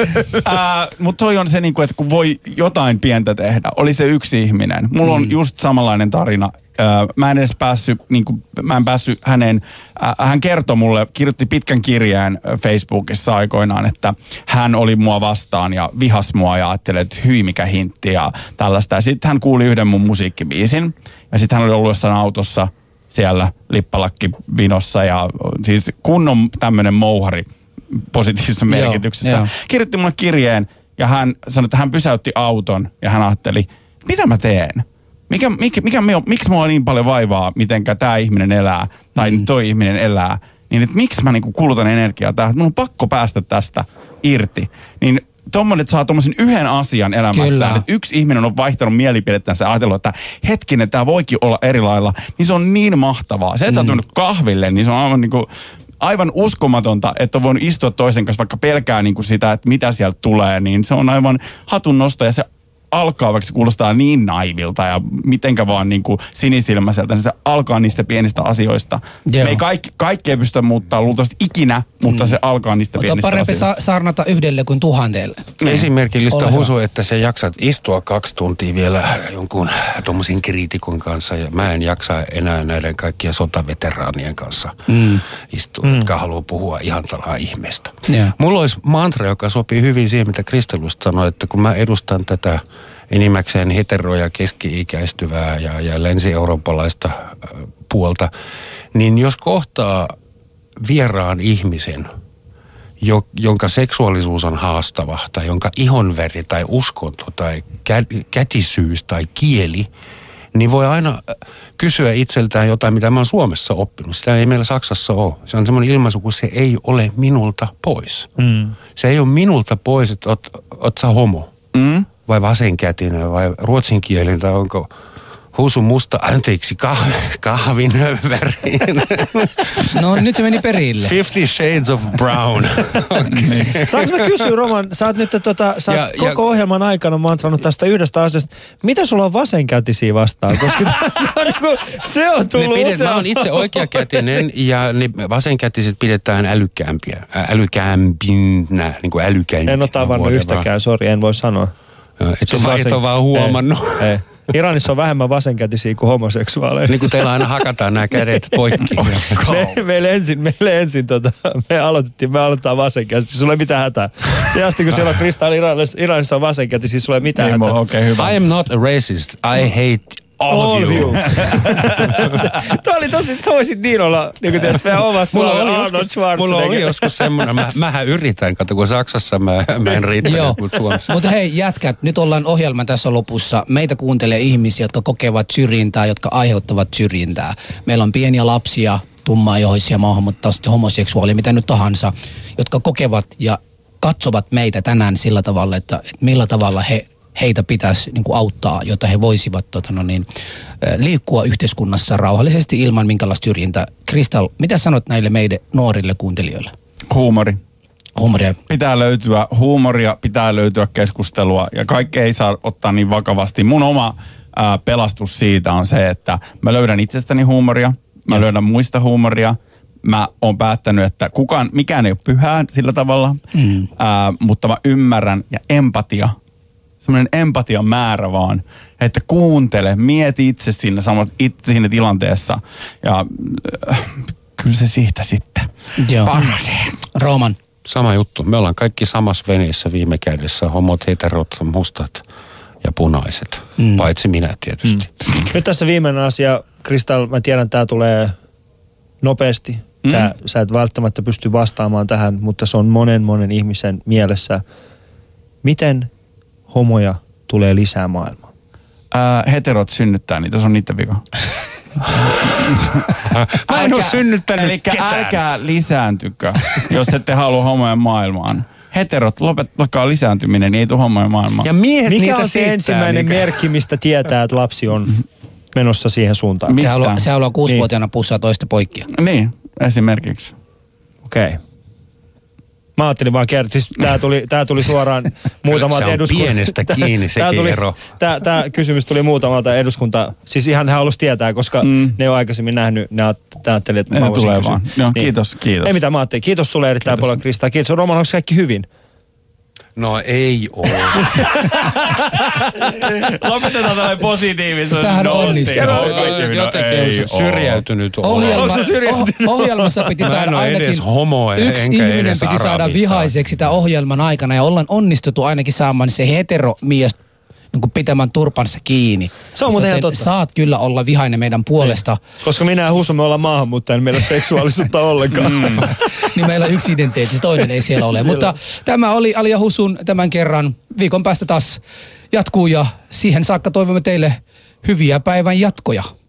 E: äh, Mutta toi on se, niinku, että kun voi jotain pientä tehdä, oli se yksi ihminen. Mulla on just samanlainen tarina. Äh, mä en edes päässyt, niinku, mä en päässyt hänen, äh, hän kertoi mulle, kirjoitti pitkän kirjeen Facebookissa aikoinaan, että hän oli mua vastaan ja vihas mua ja ajatteli, että hyi mikä hintti ja tällaista. Ja sitten hän kuuli yhden mun musiikkibiisin ja sitten hän oli ollut jossain autossa siellä lippalakki vinossa ja siis kunnon tämmöinen mouhari positiivisessa merkityksessä.
C: Joo, joo.
E: Kirjoitti mulle kirjeen ja hän sanoi, että hän pysäytti auton ja hän ajatteli, mitä mä teen? Mikä, mikä, mikä, miksi mulla on niin paljon vaivaa, mitenkä tämä ihminen elää tai mm. toi ihminen elää? Niin että miksi mä niinku kulutan energiaa tähän? Mun on pakko päästä tästä irti. Niin tommoinen, että saa tommosen yhden asian elämässään, että yksi ihminen on vaihtanut mielipidettänsä ja ajatellut, että hetkinen, tämä voikin olla eri lailla, niin se on niin mahtavaa. Se, että mm. sä oot mennyt kahville, niin se on aivan niinku aivan uskomatonta, että on voinut istua toisen kanssa, vaikka pelkää niinku sitä, että mitä sieltä tulee, niin se on aivan hatun nosto ja se alkaa, vaikka se kuulostaa niin naivilta ja mitenkä vaan niin kuin sinisilmäiseltä, niin se alkaa niistä pienistä asioista.
C: Joo.
E: Me ei kaikki, kaikki ei pystytä muuttaa luultavasti ikinä, mutta mm. se alkaa niistä
C: Mutta
E: pienistä
C: on parempi
E: asioista.
C: sa- saarnata yhdelle kuin tuhantelle.
D: Esimerkillistä
C: Ole hyvä.
D: Husu, että sä jaksat istua kaksi tuntia vielä jonkun tommosin kriitikon kanssa ja mä en jaksa enää näiden kaikkien sotaveteraanien kanssa mm. istua, mm. jotka haluaa puhua ihan talaa ihmeestä.
C: Yeah.
D: Mulla olisi mantra, joka sopii hyvin siihen, mitä Kristelusta sanoi, että kun mä edustan tätä enimmäkseen heteroja, keski-ikäistyvää ja, ja länsi-eurooppalaista puolta, niin jos kohtaa vieraan ihmisen, jo, jonka seksuaalisuus on haastava, tai jonka ihonväri tai uskonto tai kä- kätisyys tai kieli, niin voi aina kysyä itseltään jotain, mitä mä oon Suomessa oppinut. Sitä ei meillä Saksassa ole. Se on semmoinen ilmaisu, kun se ei ole minulta pois. Mm. Se ei ole minulta pois, että oot, oot sä homo. Mm. Vai vasenkätinen vai ruotsinkielinen tai onko Husu musta, anteeksi, kah, kahvin väriin.
C: No nyt se meni perille.
D: Fifty Shades of Brown.
A: Okay. Saanko mä kysyä, Roman, sä oot nyt tota, sä
D: Ja-
A: oot koko
D: ja-
A: ohjelman aikana mantrannut tästä yhdestä asiasta. Mitä sulla on vasenkätisiä vastaan? Koska se on, niinku, se on
D: Ne
A: tullut
D: pidet,
A: usein.
D: mä oon itse oikeakätinen ja ne vasenkätiset pidetään älykkäämpiä. Ä- Älykkäämpinä, niin kuin älykäimpiä.
A: En ole tavannut yhtäkään, sori, en voi sanoa.
D: Et
A: Siis
D: on vaan, et
A: vasen-
D: ole vaan huomannut.
A: Ei, ei. Iranissa on vähemmän vasenkätisiä kuin homoseksuaaleja.
D: Niin kuin teillä aina hakataan nämä kädet poikki.
A: Me, meille ensin, meille ensin tota, me aloitettiin, me aloitetaan vasenkätisiä, sulla ei mitään hätää. Se asti kun siellä on Kristal Iranissa, Iranissa on vasenkätisiä, sulla ei mitään
E: Niin,
A: hätää.
E: mulla- okei, hyvä.
D: I am not a racist. I hate all,
A: All
D: of you.
A: Tuo oli tosi, sä voisit niin olla, niin kuin tiedät, meidän omassa
D: Mulla
A: Arnold
D: oli, joskus,
A: Schwarzenegger.
D: mulla oli joskus semmoinen, mä, mähän yritän, kato kun Saksassa mä, mä en riittänyt,
C: Joo,
D: mutta Suomessa.
C: mutta hei jätkät, nyt ollaan ohjelman tässä lopussa. Meitä kuuntelee ihmisiä, jotka kokevat syrjintää, jotka aiheuttavat syrjintää. Meillä on pieniä lapsia, tummaihoisia, maahanmuuttausta, homoseksuaalia, mitä nyt tahansa, jotka kokevat ja katsovat meitä tänään sillä tavalla, että, että millä tavalla he heitä pitäisi niin kuin auttaa, jotta he voisivat tota, no niin, liikkua yhteiskunnassa rauhallisesti ilman minkälaista syrjintää. Kristal, mitä sanot näille meidän nuorille kuuntelijoille?
E: Huumori.
C: Huumoria.
E: Pitää löytyä huumoria, pitää löytyä keskustelua ja kaikki ei saa ottaa niin vakavasti. Mun oma ää, pelastus siitä on se, että mä löydän itsestäni huumoria, mä
C: Joo.
E: löydän muista huumoria. Mä oon päättänyt, että kukaan, mikään ei ole pyhää sillä tavalla, mm. ää, mutta mä ymmärrän ja empatia, semmoinen empatian määrä vaan, että kuuntele, mieti itse siinä, samat, itse siinä tilanteessa ja äh, kyllä se siitä sitten
C: Joo.
E: paranee.
C: Roman.
D: Sama juttu. Me ollaan kaikki samassa veneessä viime kädessä. Homot, heterot, mustat ja punaiset. Mm. Paitsi minä tietysti. Mm.
A: Nyt tässä viimeinen asia, Kristal, mä tiedän, tää tulee nopeasti. Tää, mm. Sä et välttämättä pysty vastaamaan tähän, mutta se on monen monen ihmisen mielessä. Miten homoja tulee lisää maailmaan?
E: Ää, heterot synnyttää niitä, se on niiden vika.
D: Mä en ole synnyttänyt
E: Elikkä
D: ketään.
E: älkää lisääntykö, jos ette halua homojen maailmaan. Heterot, lopettakaa lisääntyminen, niin ei tule homojen maailmaan.
D: Ja miehet
A: Mikä
D: niitä
A: on se
D: siittää,
A: ensimmäinen
D: mikä...
A: merkki, mistä tietää, että lapsi on menossa siihen suuntaan?
E: Mi-
C: Se
E: Mistä?
C: haluaa, se haluaa kuusivuotiaana pussaa toista poikkia.
E: Niin, esimerkiksi.
A: Okei. Okay. Mä ajattelin vaan kertoa, siis tää tuli, tää tuli suoraan muutamalta
D: se on
A: eduskunta...
D: pienestä kiinni sekin
A: tää tuli,
D: ero.
A: Tää, tää kysymys tuli muutamalta eduskunta... Siis ihan he halusi tietää, koska mm. ne on aikaisemmin nähnyt, ne ajatteli, että
E: Ne
A: mä voisin
E: tulee
A: kysyä.
E: vaan. Joo, kiitos, kiitos.
A: Ei mitään, mä ajattelin. Kiitos sulle erittäin
E: Kiitos.
A: paljon, Krista. Kiitos. Roman, onko kaikki hyvin?
D: No ei oo.
E: Lopetetaan tällainen positiivisuus.
C: Tämähän onnistuu.
D: Jotenkin syrjäytynyt olla.
C: Ohjelma,
A: Onko se syrjäytynyt?
C: oh, ohjelmassa piti
D: Mä en
C: saada
D: ole
C: ainakin
D: edes homo,
C: yksi
D: enkä
C: ihminen
D: edes
C: piti saada
D: arabi.
C: vihaiseksi tämän ohjelman aikana ja ollaan onnistuttu ainakin saamaan se heteromies niin kuin pitämään turpansa kiinni.
A: Se on muuten ihan
C: Joten
A: totta.
C: saat kyllä olla vihainen meidän puolesta.
A: Koska minä ja Husu, me ollaan maahanmuuttajia, niin meillä ei ole seksuaalisuutta ollenkaan. Mm.
C: Niin meillä on yksi identiteetti, toinen ei siellä ole. Mutta tämä oli Ali ja Husun tämän kerran. Viikon päästä taas jatkuu ja siihen saakka toivomme teille hyviä päivän jatkoja.